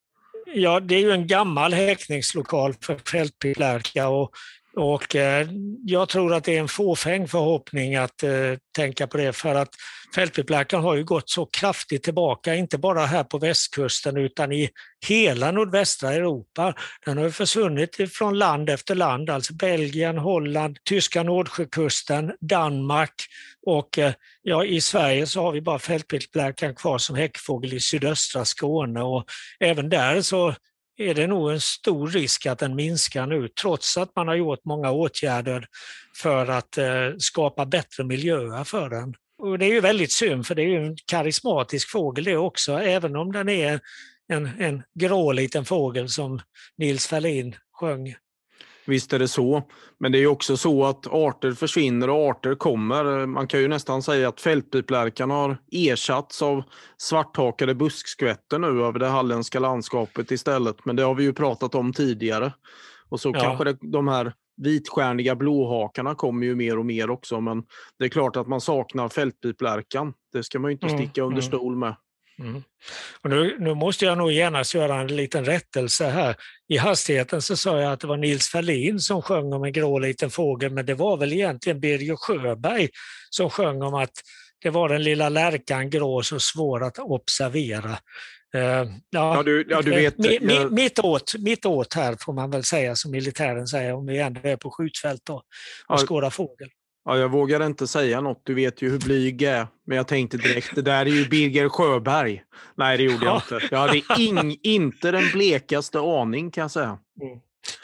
Ja, det är ju en gammal häckningslokal för fältpiplärka och, och eh, jag tror att det är en fåfäng förhoppning att eh, tänka på det, för att fältpiplärkan har ju gått så kraftigt tillbaka, inte bara här på västkusten utan i hela nordvästra Europa. Den har ju försvunnit från land efter land, alltså Belgien, Holland, tyska Nordsjökusten, Danmark och eh, ja, i Sverige så har vi bara fältpiplärkan kvar som häckfågel i sydöstra Skåne, och även där så är det nog en stor risk att den minskar nu, trots att man har gjort många åtgärder för att eh, skapa bättre miljöer för den. Och det är ju väldigt synd, för det är ju en karismatisk fågel det också, även om den är en, en grå liten fågel som Nils Ferlin sjöng. Visst är det så, men det är ju också så att arter försvinner och arter kommer. Man kan ju nästan säga att fältpiplärkan har ersatts av svarthakade buskskvätter nu över det halländska landskapet istället. Men det har vi ju pratat om tidigare. Och så ja. kanske det, de här vitstjärniga blåhakarna kommer ju mer och mer också. Men det är klart att man saknar fältpiplärkan. Det ska man ju inte sticka mm, under mm. stol med. Mm. Och nu, nu måste jag nog gärna göra en liten rättelse här. I hastigheten så sa jag att det var Nils Ferlin som sjöng om en grå liten fågel, men det var väl egentligen Birger Sjöberg som sjöng om att det var den lilla lärkan grå så svår att observera. Uh, ja, ja, du, ja, du vet. Mi, mi, mitt, åt, mitt åt här får man väl säga, som militären säger, om vi ändå är på skjutfält och, och ja. skådar fågel. Ja, jag vågar inte säga något, du vet ju hur blyg är. Men jag tänkte direkt, det där är ju Birger Sjöberg. Nej, det gjorde jag inte. Jag hade ing, inte den blekaste aning, kan jag säga. Mm.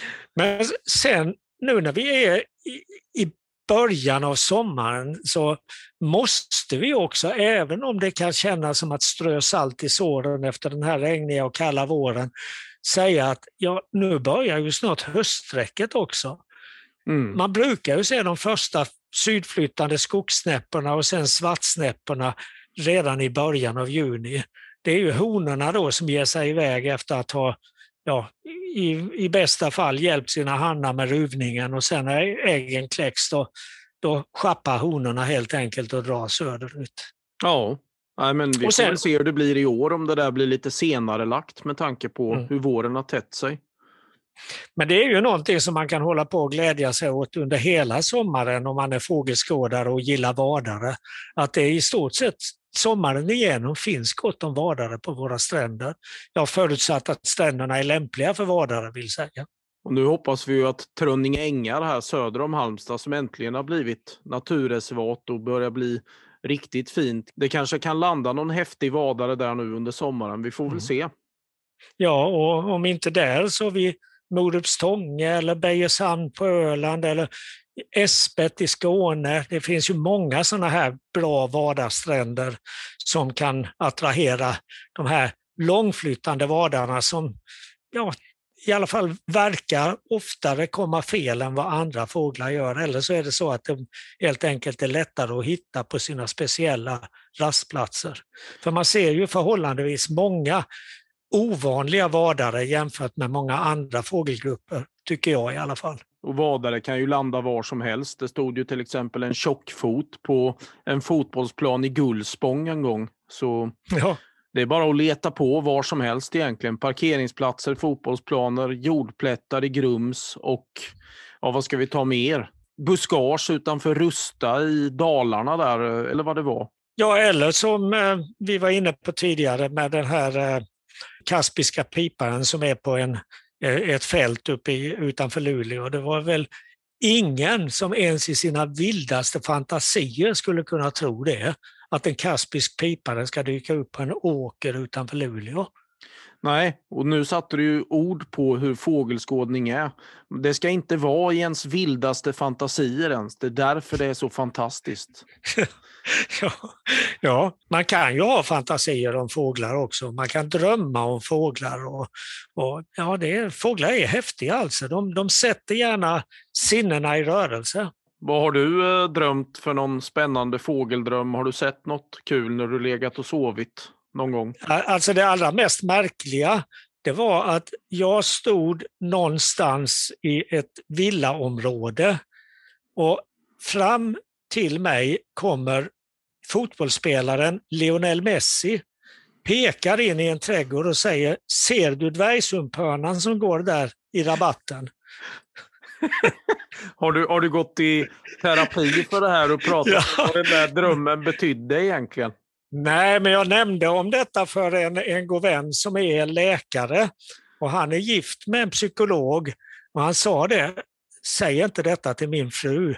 Men sen, nu när vi är i, i början av sommaren, så måste vi också, även om det kan kännas som att strö salt i såren efter den här regniga och kalla våren, säga att ja, nu börjar ju snart höststräcket också. Mm. Man brukar ju se de första sydflyttande skogssnäpporna och sen svartsnäpporna redan i början av juni. Det är ju honorna då som ger sig iväg efter att ha ja, i, i bästa fall hjälpt sina hannar med ruvningen, och sen när äggen kläcks då, då schappar honorna helt enkelt och drar söderut. Ja, nej, men vi och sen, får väl se hur det blir i år, om det där blir lite senare lagt med tanke på mm. hur våren har tätt sig. Men det är ju någonting som man kan hålla på och glädja sig åt under hela sommaren om man är fågelskådare och gillar vadare. Att det i stort sett sommaren igenom finns gott om vadare på våra stränder. Jag har förutsatt att stränderna är lämpliga för vadare, vill säga. Och nu hoppas vi ju att Trönninge ängar här söder om Halmstad, som äntligen har blivit naturreservat och börjar bli riktigt fint. Det kanske kan landa någon häftig vadare där nu under sommaren. Vi får väl mm. se. Ja, och om inte där så vi Morupstånge eller Bejershamn på Öland eller Äspet i Skåne. Det finns ju många sådana här bra vadarstränder som kan attrahera de här långflyttande vadarna som ja, i alla fall verkar oftare komma fel än vad andra fåglar gör. Eller så är det så att de helt enkelt är lättare att hitta på sina speciella rastplatser. För man ser ju förhållandevis många ovanliga vadare jämfört med många andra fågelgrupper, tycker jag i alla fall. Och vadare kan ju landa var som helst. Det stod ju till exempel en tjockfot på en fotbollsplan i Gullspång en gång. Så ja. Det är bara att leta på var som helst egentligen. Parkeringsplatser, fotbollsplaner, jordplättar i Grums och ja, vad ska vi ta mer? Buskage utanför Rusta i Dalarna där, eller vad det var. Ja, eller som eh, vi var inne på tidigare med den här eh, kaspiska piparen som är på en, ett fält uppe i, utanför Luleå. Det var väl ingen som ens i sina vildaste fantasier skulle kunna tro det, att en kaspisk pipare ska dyka upp på en åker utanför Luleå. Nej, och nu satte du ju ord på hur fågelskådning är. Det ska inte vara i ens vildaste fantasier ens. Det är därför det är så fantastiskt. Ja, ja, man kan ju ha fantasier om fåglar också. Man kan drömma om fåglar. Och, och, ja, det är, fåglar är häftiga alltså. De, de sätter gärna sinnena i rörelse. Vad har du eh, drömt för någon spännande fågeldröm? Har du sett något kul när du legat och sovit någon gång? Alltså det allra mest märkliga, det var att jag stod någonstans i ett villaområde och fram till mig kommer fotbollsspelaren Lionel Messi, pekar in i en trädgård och säger: ser du dvärgsumpörnan som går där i rabatten? Har du, har du gått i terapi för det här och pratat Ja. om vad den där drömmen betydde egentligen? Nej, men jag nämnde om detta för en, en god vän som är läkare och han är gift med en psykolog och han sa det: säg inte detta till min fru.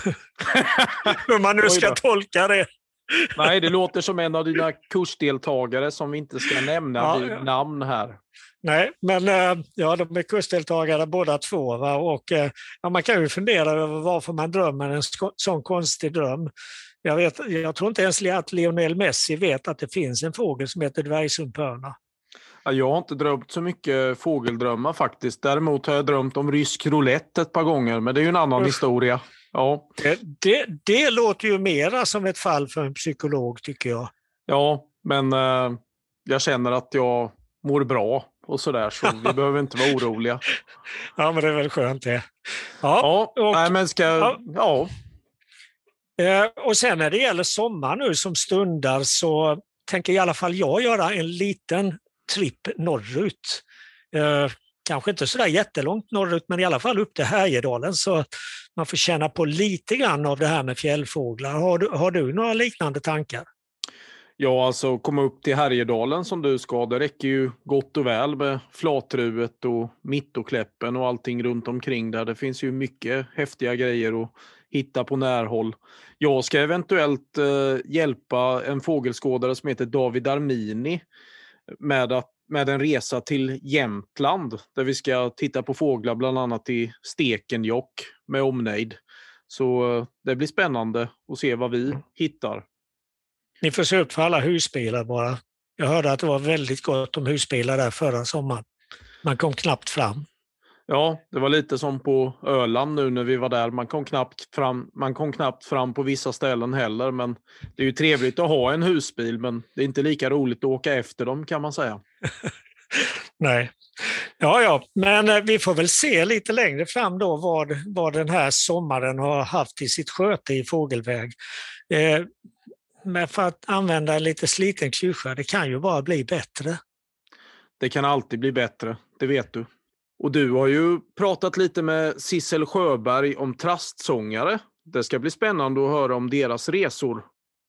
Hur man nu ska tolka det. Nej, det låter som en av dina kursdeltagare som vi inte ska nämna Ja, vid ja. namn här. Nej, men ja, de är kursdeltagare båda två. Va? Och, ja, man kan ju fundera över varför man drömmer en sån konstig dröm. Jag, vet, jag tror inte ens att Lionel Messi vet att det finns en fågel som heter dvärgsumpörna. Ja, jag har inte drömt så mycket fågeldrömmar faktiskt. Däremot har jag drömt om rysk roulette ett par gånger, men det är ju en annan Uff. historia. Ja. Det, det, det låter ju mera som ett fall för en psykolog, tycker jag. Ja, men eh, jag känner att jag mår bra och sådär, så vi behöver inte vara oroliga. Ja, men det är väl skönt det. Ja, ja och, nej, men ska... Ja. ja. Eh, och sen när det gäller sommar nu som stundar så tänker i alla fall jag göra en liten tripp norrut. Eh, kanske inte sådär jättelångt norrut, men i alla fall upp till Härjedalen så att man får känna på lite grann av det här med fjällfåglar. Har du, har du några liknande tankar? Ja, alltså komma upp till Härjedalen som du ska, det räcker ju gott och väl med Flatruet och Mittokläppen och allting runt omkring där. Det finns ju mycket häftiga grejer att hitta på närhåll. Jag ska eventuellt eh, hjälpa en fågelskådare som heter David Armini med, att, med en resa till Jämtland där vi ska titta på fåglar bland annat i Stekenjokk med omnejd. Så eh, det blir spännande att se vad vi hittar. Ni får se upp för alla husbilar bara. Jag hörde att det var väldigt gott om husbilar där förra sommaren. Man kom knappt fram. Ja, det var lite som på Öland nu när vi var där. Man kom knappt fram, man kom knappt fram på vissa ställen heller. Men det är ju trevligt att ha en husbil, men det är inte lika roligt att åka efter dem, kan man säga. Nej. Ja, ja, men vi får väl se lite längre fram då vad, vad den här sommaren har haft i sitt sköte i fågelväg. Eh, men för att använda en lite sliten klyscha, det kan ju bara bli bättre. Det kan alltid bli bättre, det vet du. Och du har ju pratat lite med Sissel Sjöberg om trastsångare. Det ska bli spännande att höra om deras resor.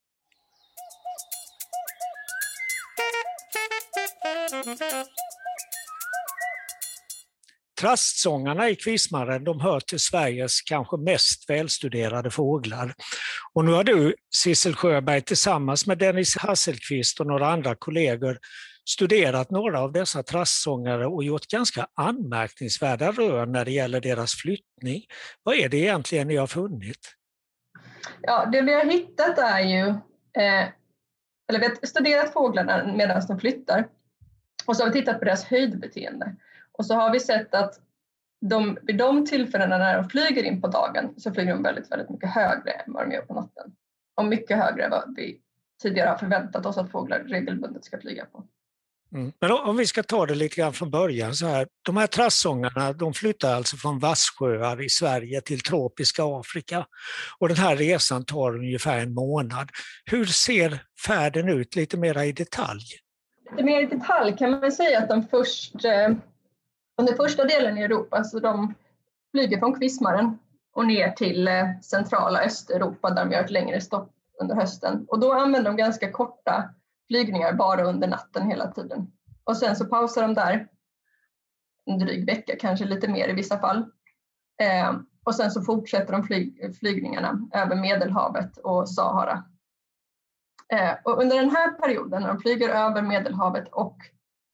Trastsångarna i Kvismaren, de hör till Sveriges kanske mest välstuderade fåglar. Och nu har du, Sissel Sjöberg, tillsammans med Dennis Hasselqvist och några andra kollegor studerat några av dessa trastsångare och gjort ganska anmärkningsvärda rön när det gäller deras flyttning. Vad är det egentligen ni har funnit? Ja, det vi har hittat är ju, eh, eller vi har studerat fåglarna medan de flyttar och så har vi tittat på deras höjdbeteende. Och så har vi sett att de, vid de tillfällena när de flyger in på dagen så flyger de väldigt, väldigt mycket högre än vad de gör på natten. Och mycket högre än vad vi tidigare har förväntat oss att fåglar regelbundet ska flyga på. Mm. Men om vi ska ta det lite grann från början så här. De här trastsångarna, de flyttar alltså från vasssjöar i Sverige till tropiska Afrika. Och den här resan tar ungefär en månad. Hur ser färden ut lite mer i detalj? Lite mer i detalj kan man säga att de först, eh, under första delen i Europa så de flyger från Kvismaren och ner till eh, centrala Östeuropa där de gör ett längre stopp under hösten. Och då använder de ganska korta flygningar bara under natten hela tiden. Och sen så pausar de där en dryg vecka, kanske lite mer i vissa fall. Eh, och sen så fortsätter de flyg, flygningarna över Medelhavet och Sahara. Eh, och under den här perioden när de flyger över Medelhavet och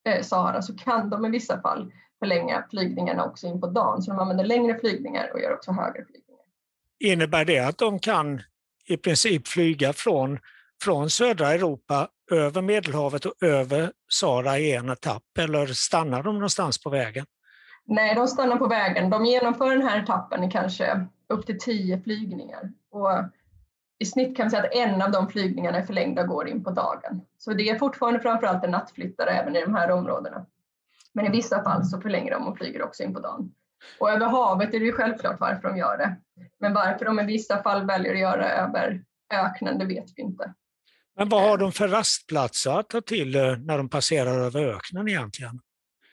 eh, Sahara så kan de i vissa fall förlänga flygningarna också in på dagen. Så de använder längre flygningar och gör också högre flygningar. Innebär det att de kan i princip flyga från, från södra Europa över Medelhavet och över Sahara i en etapp, eller stannar de någonstans på vägen? Nej, de stannar på vägen. De genomför den här etappen i kanske upp till tio flygningar. Och i snitt kan vi säga att en av de flygningarna är förlängda och går in på dagen. Så det är fortfarande framförallt en nattflyttare även i de här områdena. Men i vissa fall så förlänger de och flyger också in på dagen. Och över havet är det ju självklart varför de gör det. Men varför de i vissa fall väljer att göra över öknen, det vet vi inte. Men vad har de för rastplatser att ta till när de passerar över öknen egentligen?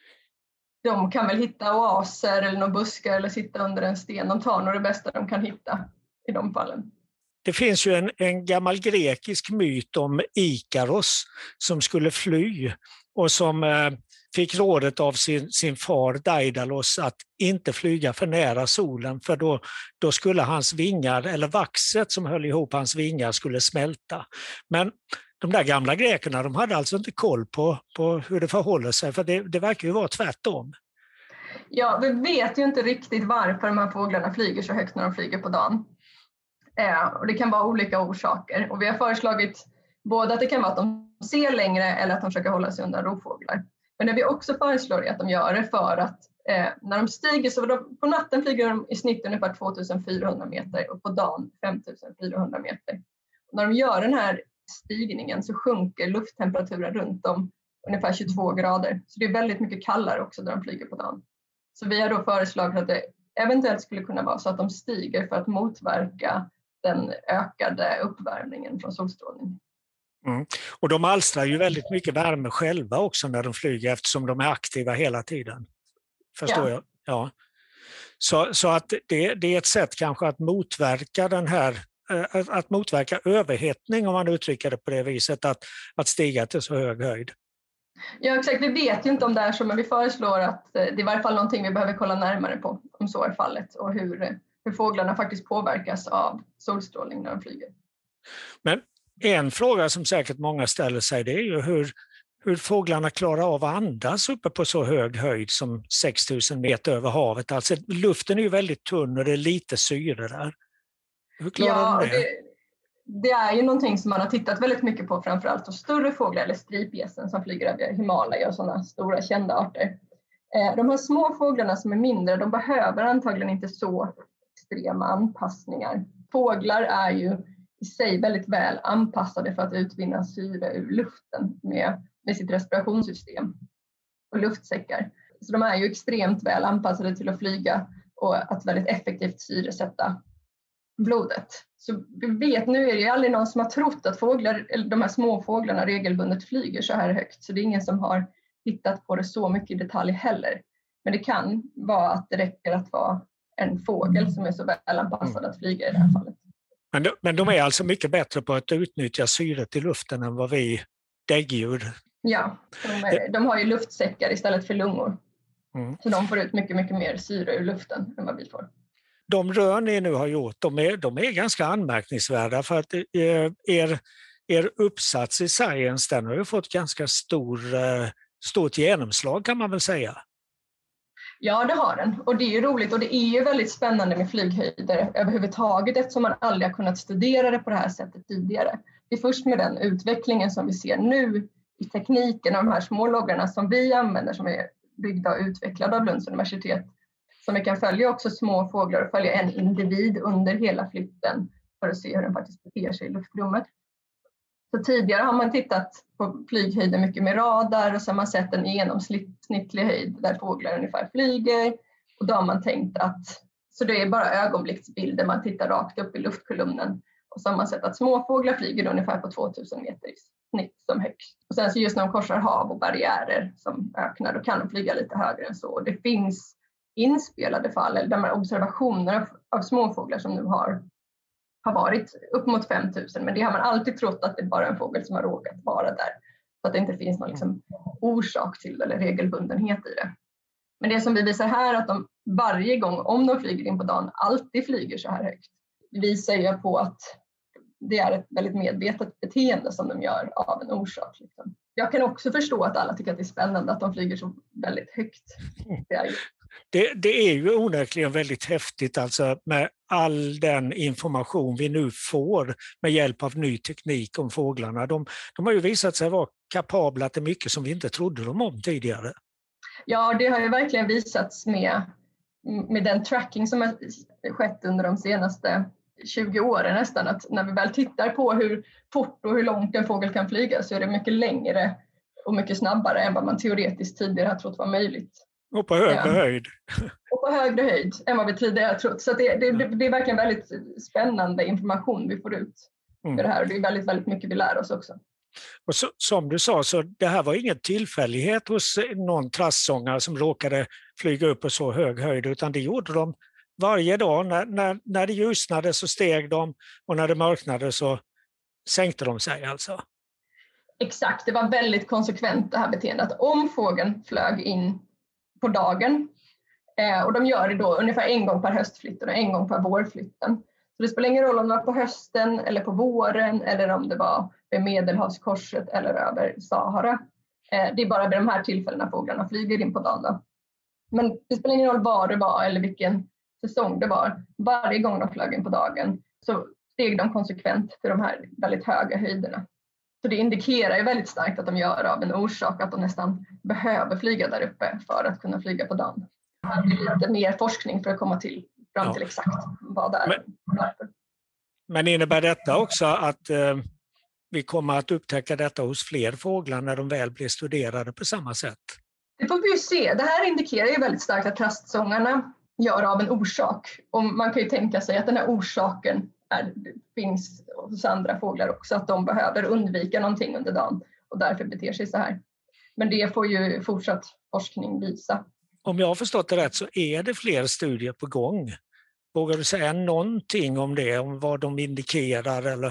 De kan väl hitta oaser eller några buskar eller sitta under en sten. De tar nog det bästa de kan hitta i de fallen. Det finns ju en, en gammal grekisk myt om Ikaros som skulle fly och som eh, fick rådet av sin, sin far Daidalos att inte flyga för nära solen, för då, då skulle hans vingar, eller vaxet som höll ihop hans vingar, skulle smälta. Men de där gamla grekerna, de hade alltså inte koll på, på hur det förhåller sig, för det, det verkar ju vara tvärtom. Ja, vi vet ju inte riktigt varför de här fåglarna flyger så högt när de flyger på dagen. Eh, och det kan vara olika orsaker. Och vi har föreslagit både att det kan vara att de ser längre eller att de försöker hålla sig undan rovfåglar. Men det vi också föreslår är att de gör det för att eh, när de stiger, så de, på natten flyger de i snitt ungefär två tusen fyrahundra meter och på dagen fem tusen fyrahundra meter. Och när de gör den här stigningen så sjunker lufttemperaturen runt om ungefär tjugotvå grader. Så det är väldigt mycket kallare också när de flyger på dagen. Så vi har då föreslagit att det eventuellt skulle kunna vara så att de stiger för att motverka den ökade uppvärmningen från solstrålning. Mm. Och de alstrar ju väldigt mycket värme själva också när de flyger, eftersom de är aktiva hela tiden. Förstår ja. jag? Ja. Så, så att det, det är ett sätt kanske att motverka den här, att, att motverka överhettning, om man uttrycker det på det viset, att, att stiga till så hög höjd. Ja, exakt. Vi vet ju inte om det är så, men vi föreslår att det är i varje fall någonting vi behöver kolla närmare på, om så är fallet, och hur, hur fåglarna faktiskt påverkas av solstrålning när de flyger. Men en fråga som säkert många ställer sig, det är ju hur, hur fåglarna klarar av att andas uppe på så hög höjd som sex tusen meter över havet. Alltså luften är ju väldigt tunn och det är lite syre där. Hur klarar ja, de det? det? Det är ju någonting som man har tittat väldigt mycket på, framförallt hos större fåglar eller stripgässen som flyger över Himalaya och sådana stora kända arter. De här små fåglarna som är mindre, de behöver antagligen inte så extrema anpassningar. Fåglar är ju i sig väldigt väl anpassade för att utvinna syre ur luften med, med sitt respirationssystem och luftsäckar. Så de är ju extremt väl anpassade till att flyga och att väldigt effektivt syresätta blodet. Så vi vet, nu är det ju aldrig någon som har trott att fåglar, eller de här små fåglarna regelbundet flyger så här högt. Så det är ingen som har tittat på det så mycket i detalj heller. Men det kan vara att det räcker att vara en fågel som är så väl anpassad att flyga i det här fallet. Men de, men de är alltså mycket bättre på att utnyttja syret i luften än vad vi däggdjur. Ja, de, är, de har ju luftsäckar istället för lungor. Mm. Så de får ut mycket, mycket mer syre ur luften än vad vi får. De rön ni nu har gjort, de är, de är ganska anmärkningsvärda, för att er, er uppsats i Science, den har ju fått ganska stor, stort genomslag, kan man väl säga. Ja, det har den. Och det är ju roligt, och det är ju väldigt spännande med flyghöjder överhuvudtaget, eftersom man aldrig har kunnat studera det på det här sättet tidigare. Det är först med den utvecklingen som vi ser nu i tekniken av de här små loggarna som vi använder, som är byggda och utvecklade av Lunds universitet, som vi kan följa också små fåglar och följa en individ under hela flytten för att se hur den faktiskt beter sig i luftrummet. Så tidigare har man tittat på flyghöjder mycket med radar, och så har man sett en genomsnittlig höjd där fåglar ungefär flyger. Och då har man tänkt att, så det är bara ögonblicksbilder, man tittar rakt upp i luftkolumnen. Och så har man sett att småfåglar flyger ungefär på tvåtusen meter i snitt som högst. Och sen så just när de korsar hav och barriärer som öknar, då kan de flyga lite högre än så. Och det finns inspelade fall, eller de här observationer av, av småfåglar som nu har, har varit upp mot fem tusen. Men det har man alltid trott att det är bara en fågel som har råkat vara där. Så att det inte finns någon liksom orsak till eller regelbundenhet i det. Men det som vi visar här är att de varje gång, om de flyger in på dagen, alltid flyger så här högt. Det visar ju på att det är ett väldigt medvetet beteende som de gör av en orsak. Liksom. jag kan också förstå att alla tycker att det är spännande att de flyger så väldigt högt. Det är ju, Det, det är ju onekligen väldigt häftigt alltså med all den information vi nu får med hjälp av ny teknik om fåglarna. De, de har ju visat sig vara kapabla till mycket som vi inte trodde dem om tidigare. Ja, det har ju verkligen visats med, med den tracking som har skett under de senaste tjugo åren nästan. Att när vi väl tittar på hur fort och hur långt en fågel kan flyga så är det mycket längre och mycket snabbare än vad man teoretiskt tidigare har trott var möjligt. Och på högre ja. höjd. Och på högre höjd än vad vi tidigare har trott. Så det, det, det är verkligen väldigt spännande information vi får ut med mm. det här. Och det är väldigt, väldigt mycket vi lär oss också. Och så, som du sa, så det här var ingen tillfällighet hos någon trastsångare som råkade flyga upp på så hög höjd, utan det gjorde de varje dag. När, när, när det ljusnade så steg de och när det mörknade så sänkte de sig alltså. Exakt, det var väldigt konsekvent det här beteendet. Om fågeln flög in på dagen, eh, och de gör det då ungefär en gång per höstflytten och en gång per vårflytten. Så det spelar ingen roll om det var på hösten eller på våren eller om det var vid Medelhavskorset eller över Sahara. Eh, det är bara vid de här tillfällena fåglarna flyger in på dagen då. Men det spelar ingen roll var det var eller vilken säsong det var. Varje gång de flög in på dagen så steg de konsekvent till de här väldigt höga höjderna. Så det indikerar ju väldigt starkt att de gör av en orsak att de nästan behöver flyga där uppe för att kunna flyga på dagen. Det är lite mer forskning för att komma till, fram till exakt vad det är. Men, varför. Men innebär detta också att eh, vi kommer att upptäcka detta hos fler fåglar när de väl blir studerade på samma sätt? Det får vi ju se. Det här indikerar ju väldigt starkt att trastsångarna gör av en orsak. Och man kan ju tänka sig att den här orsaken är, finns hos andra fåglar också. Att de behöver undvika någonting under dagen och därför beter sig så här. Men det får ju fortsatt forskning visa. Om jag har förstått det rätt så är det fler studier på gång. Vågar du säga någonting om det, om vad de indikerar? Eller?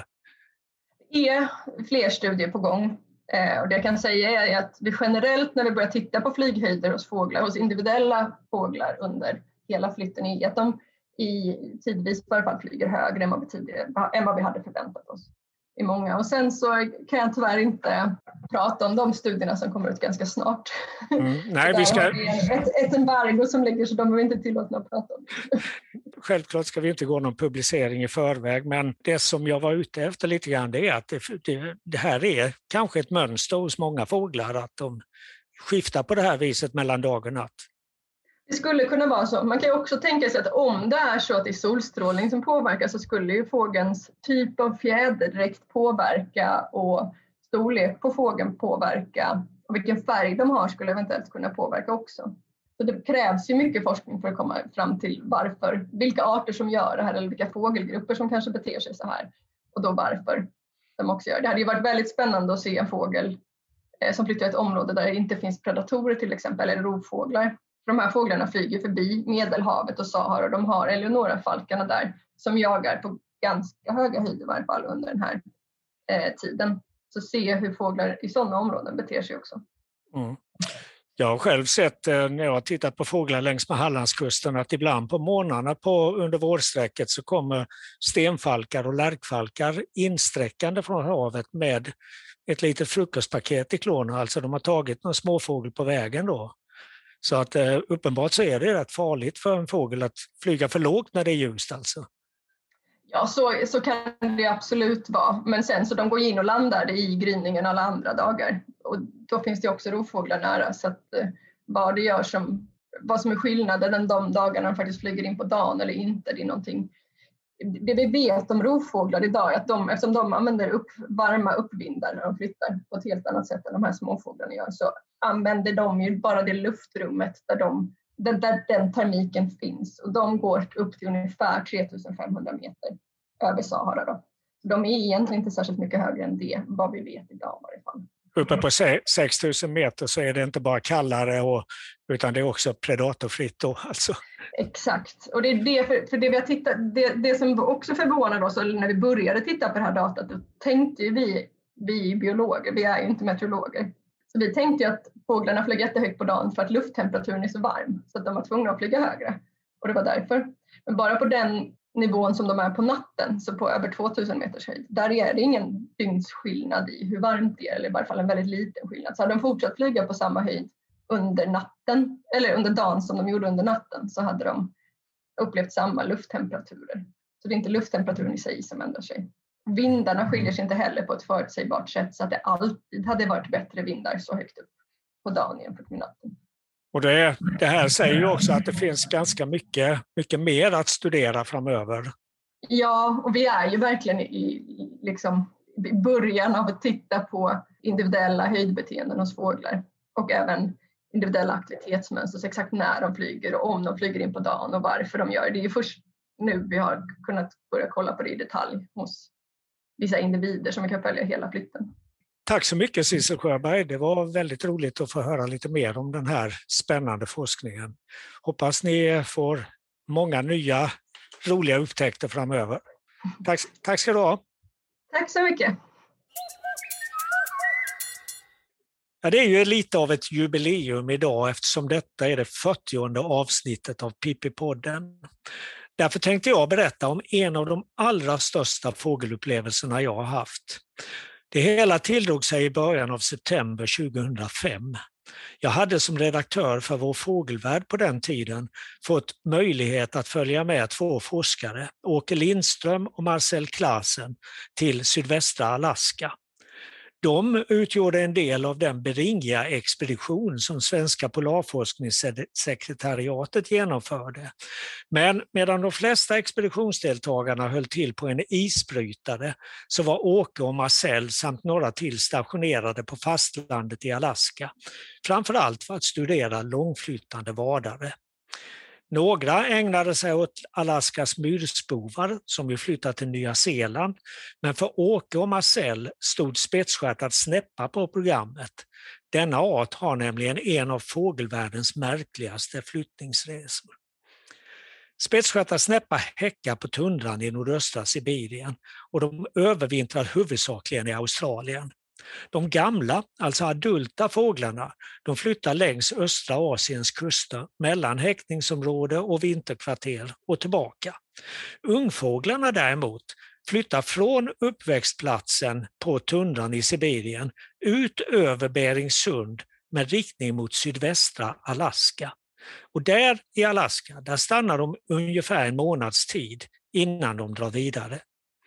Det är fler studier på gång. Eh, och det jag kan säga är att vi generellt när vi börjar titta på flyghöjder hos fåglar, hos individuella fåglar under hela flytten, är att de i tidvis i alla fall flyger högre än vad vi, tidigare, än vad vi hade förväntat oss i många. Och sen så kan jag tyvärr inte prata om de studierna som kommer ut ganska snart. Mm, nej, vi ska... ett, ett embargo som ligger så de är inte tillåtna att prata om. Självklart ska vi inte gå någon publicering i förväg, men det som jag var ute efter lite grann det är att det, det, det här är kanske ett mönster hos många fåglar att de skiftar på det här viset mellan dag och natt. Det skulle kunna vara så. Man kan ju också tänka sig att om det är så att det är solstrålning som påverkar så skulle ju fågelns typ av fjäderdräkt påverka och storlek på fågeln påverka och vilken färg de har skulle eventuellt kunna påverka också. Så det krävs ju mycket forskning för att komma fram till varför, vilka arter som gör det här eller vilka fågelgrupper som kanske beter sig så här och då varför de också gör det. Det hade ju varit väldigt spännande att se en fågel eh, som flyttar ett område där det inte finns predatorer till exempel eller rovfåglar. De här fåglarna flyger förbi Medelhavet och Sahara. De har Eleonora-falkarna där som jagar på ganska höga höjder i varje fall under den här eh, tiden. Så se hur fåglar i sådana områden beter sig också. Mm. Jag har själv sett eh, när jag har tittat på fåglar längs med Hallandskusten att ibland på morgnarna på, under vårsträcket så kommer stenfalkar och lärkfalkar insträckande från havet med ett litet frukostpaket i klorna. Alltså de har tagit någon småfågel på vägen då. Så att eh, uppenbart så är det rätt farligt för en fågel att flyga för lågt när det är ljust alltså. Ja, så, så kan det absolut vara. Men sen så de går in och landar i gryningen alla andra dagar. Och då finns det också rovfåglar nära. Så att eh, vad det gör som, vad som är skillnaden än de dagarna de faktiskt flyger in på dagen eller inte, det är någonting. Det vi vet om rovfåglar idag är att de, eftersom de använder upp, varma uppvindar när de flyttar på ett helt annat sätt än de här småfåglarna gör, så använder de ju bara det luftrummet där, de, där, där den termiken finns. Och de går upp till ungefär tre tusen femhundra meter över Sahara då. Så de är egentligen inte särskilt mycket högre än det, vad vi vet idag i varje fall. Uppe på sex tusen meter så är det inte bara kallare och, utan det är också predatorfritt då alltså. Exakt, och det är det, för, för det vi har tittat, det, det som också förvånade oss när vi började titta på det här datat, då tänkte ju vi, vi biologer, vi är ju inte meteorologer, så vi tänkte ju att fåglarna flög jättehögt på dagen för att lufttemperaturen är så varm så att de var tvungna att flyga högre och det var därför. Men bara på den nivån som de är på natten, så på över tvåtusen meters höjd, där är det ingen dygnsskillnad i hur varmt det är, eller i varje fall en väldigt liten skillnad. Så hade de fortsatt flyga på samma höjd under natten, eller under dagen som de gjorde under natten, så hade de upplevt samma lufttemperaturer. Så det är inte lufttemperaturen i sig som ändrar sig. Vindarna skiljer sig inte heller på ett förutsägbart sätt, så att det alltid hade varit bättre vindar så högt upp på dagen jämfört med natten. Och det, det här säger ju också att det finns ganska mycket, mycket mer att studera framöver. Ja, och vi är ju verkligen i, liksom, i början av att titta på individuella höjdbeteenden hos fåglar. Och även individuella aktivitetsmönster, så exakt när de flyger och om de flyger in på dagen och varför de gör det. Det är ju först nu vi har kunnat börja kolla på det i detalj hos vissa individer som vi kan följa hela flytten. Tack så mycket Sissel Sjöberg. Det var väldigt roligt att få höra lite mer om den här spännande forskningen. Hoppas ni får många nya roliga upptäckter framöver. Tack, tack ska du ha. Tack så mycket. Ja, det är ju lite av ett jubileum idag eftersom detta är det fyrtionde avsnittet av Pippi-podden. Därför tänkte jag berätta om en av de allra största fågelupplevelserna jag har haft. Det hela tilldrog sig i början av september tjugohundrafem. Jag hade som redaktör för Vår Fågelvärld på den tiden fått möjlighet att följa med två forskare, Åke Lindström och Marcel Claesen, till sydvästra Alaska. De utgjorde en del av den Beringia-expedition som Svenska polarforskningssekretariatet genomförde. Men medan de flesta expeditionsdeltagarna höll till på en isbrytare så var Åke och Marcel samt några till stationerade på fastlandet i Alaska. Framförallt för att studera långflyttande vadare. Några ägnade sig åt Alaskas myrspovar som ju flyttat till Nya Zeeland, men för Åke och Marcel stod spetsstjärtad snäppa på programmet. Denna art har nämligen en av fågelvärldens märkligaste flyttningsresor. Spetsstjärtad snäppa häckar på tundran i nordöstra Sibirien och de övervintrar huvudsakligen i Australien. De gamla, alltså adulta fåglarna, de flyttar längs östra Asiens kuster mellan häckningsområde och vinterkvarter och tillbaka. Ungfåglarna däremot flyttar från uppväxtplatsen på tundran i Sibirien ut över Beringsund med riktning mot sydvästra Alaska. Och där i Alaska, där stannar de ungefär en månads tid innan de drar vidare.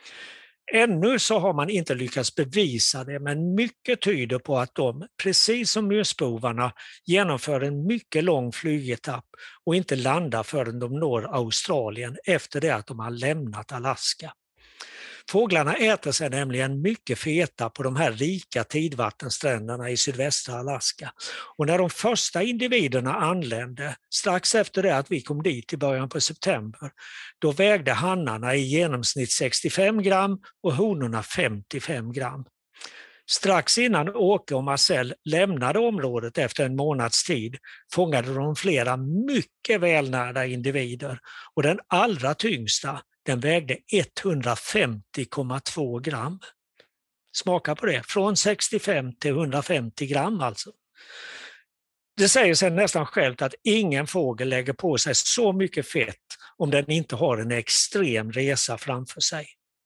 Ännu så har man inte lyckats bevisa det, men mycket tyder på att de, precis som myrspovarna, genomför en mycket lång flygetapp och inte landar förrän de når Australien efter det att de har lämnat Alaska. Fåglarna äter sig nämligen mycket feta på de här rika tidvattenstränderna i sydvästra Alaska. Och när de första individerna anlände, strax efter det att vi kom dit i början på september, då vägde hannarna i genomsnitt sextiofem gram och honorna femtiofem gram. Strax innan Åke och Marcel lämnade området efter en månads tid fångade de flera mycket välnärda individer och den allra tyngsta, den vägde etthundrafemtio komma två gram. Smaka på det, från sextiofem till etthundrafemtio gram alltså. Det säger sig nästan självt att ingen fågel lägger på sig så mycket fett om den inte har en extrem resa framför sig.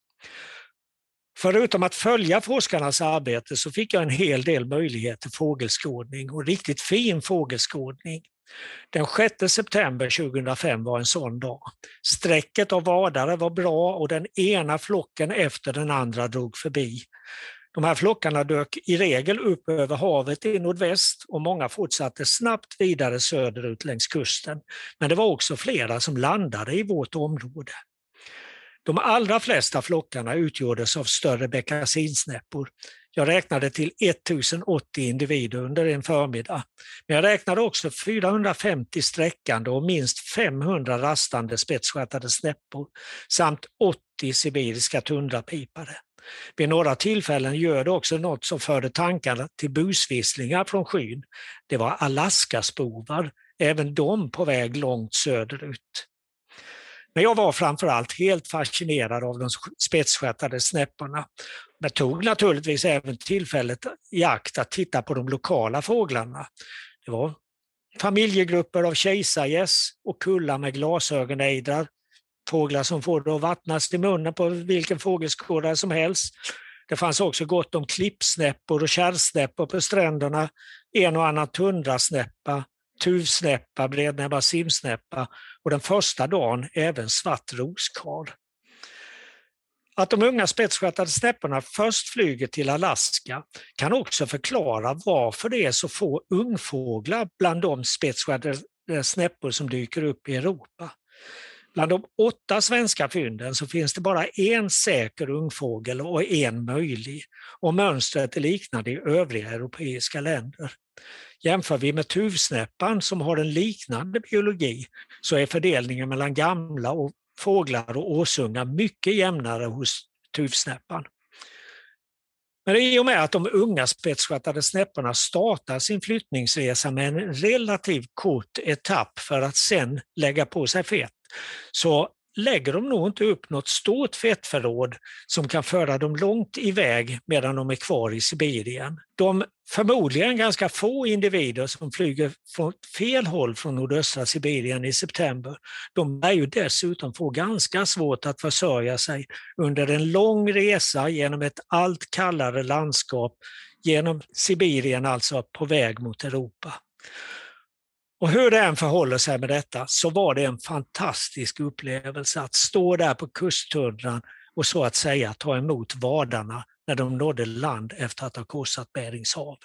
Förutom att följa forskarnas arbete så fick jag en hel del möjlighet till fågelskådning och riktigt fin fågelskådning. Den sjätte september tjugohundrafem var en sån dag. Sträcket av vadare var bra och den ena flocken efter den andra drog förbi. De här flockarna dök i regel upp över havet i nordväst och många fortsatte snabbt vidare söderut längs kusten. Men det var också flera som landade i vårt område. De allra flesta flockarna utgjordes av större beckasinsnäppor. Jag räknade till tusen åttio individer under en förmiddag. Men jag räknade också fyrahundrafemtio sträckande och minst femhundra rastande spetsstjärtade snäppor samt åttio sibiriska tundrapipare. Vid några tillfällen gör det också något som förde tankarna till busvisslingar från skyn. Det var Alaskaspovar, även de på väg långt söderut. Men jag var framförallt helt fascinerad av de spetsstjärtade snäpporna. Jag tog naturligtvis även tillfället i akt att titta på de lokala fåglarna. Det var familjegrupper av kejsargäss och kullar med glasögonejdrar, fåglar som får det att vattnas i munnen på vilken fågelskådare som helst. Det fanns också gott om klippsnäppor och kärrsnäppor på stränderna, en och annan tundrasnäppa, tuvsnäppa, brednäbba simsnäppa och den första dagen även svart roskarl. Att de unga spetsstjärtade snäpporna först flyger till Alaska kan också förklara varför det är så få ungfåglar bland de spetsstjärtade snäppor som dyker upp i Europa. Bland de åtta svenska fynden så finns det bara en säker ungfågel och en möjlig, och mönstret är liknande i övriga europeiska länder. Jämför vi med tuvsnäppan som har en liknande biologi så är fördelningen mellan gamla och fåglar och åsungar mycket jämnare hos tuvsnäppan. Men i och med att de unga spetsstjärtade snäpporna startar sin flyttningsresa med en relativt kort etapp för att sen lägga på sig fett, så lägger de nog inte upp något stort fettförråd som kan föra dem långt iväg medan de är kvar i Sibirien. De förmodligen ganska få individer som flyger från fel håll från nordöstra Sibirien i september, de är ju dessutom få ganska svårt att försörja sig under en lång resa genom ett allt kallare landskap genom Sibirien, alltså på väg mot Europa. Och hur det än förhåller sig med detta så var det en fantastisk upplevelse att stå där på kusttundran och så att säga ta emot vadarna när de nådde land efter att ha korsat Berings hav.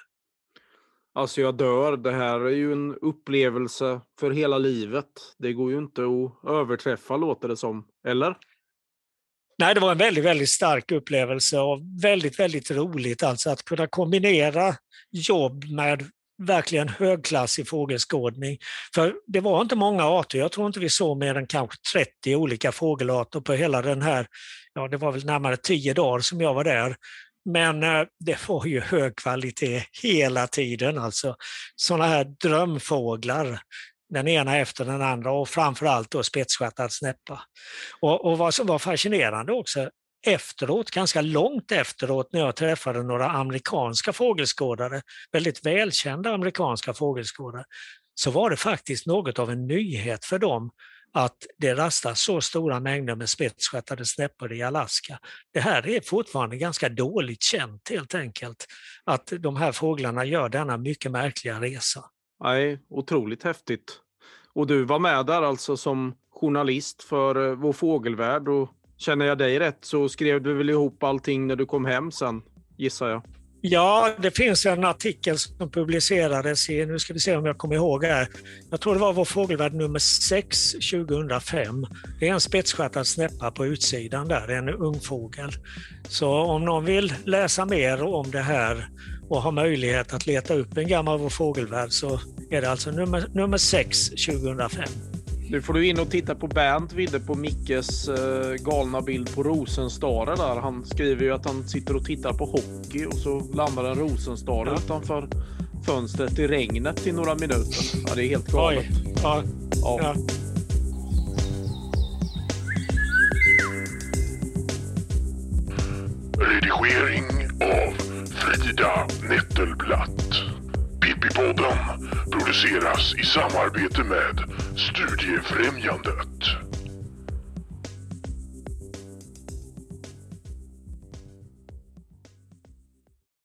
Alltså jag dör, det här är ju en upplevelse för hela livet. Det går ju inte att överträffa, låter det som, eller? Nej, det var en väldigt, väldigt stark upplevelse och väldigt, väldigt roligt alltså att kunna kombinera jobb med verkligen högklassig fågelskådning. För det var inte många arter, jag tror inte vi såg mer än kanske trettio olika fågelarter på hela den här, ja det var väl närmare tio dagar som jag var där. Men eh, det var ju hög kvalitet hela tiden, alltså sådana här drömfåglar, den ena efter den andra och framförallt då spetsstjärtad snäppa. Och, och vad som var fascinerande också, efteråt, ganska långt efteråt när jag träffade några amerikanska fågelskådare, väldigt välkända amerikanska fågelskådare, så var det faktiskt något av en nyhet för dem att det rastas så stora mängder med spetsstjärtade snäppor i Alaska. Det här är fortfarande ganska dåligt känt helt enkelt, att de här fåglarna gör denna mycket märkliga resa. Nej, otroligt häftigt. Och du var med där alltså som journalist för Vår Fågelvärld, och känner jag dig rätt så skrev du väl ihop allting när du kom hem sen, gissar jag. Ja, det finns en artikel som publicerades i, nu ska vi se om jag kommer ihåg här, jag tror det var Vår Fågelvärld nummer sex tjugohundrafem. Det är en spetsstjärtad snäppa på utsidan där, en ung fågel. Så om någon vill läsa mer om det här och har möjlighet att leta upp en gammal Vår Fågelvärld så är det alltså nummer, nummer sex tjugohundrafem. Nu får du in och titta på Bernt Vidde på Mickes eh, galna bild på rosenstare där. Han skriver ju att han sitter och tittar på hockey och så landar en rosenstare ja. utanför fönstret i regnet i några minuter. Ja, det är helt galet. Oj. Ja. Ja. Ja. Redigering av Frida Nettelblatt. Pippi-podden produceras i samarbete med Studiefrämjandet.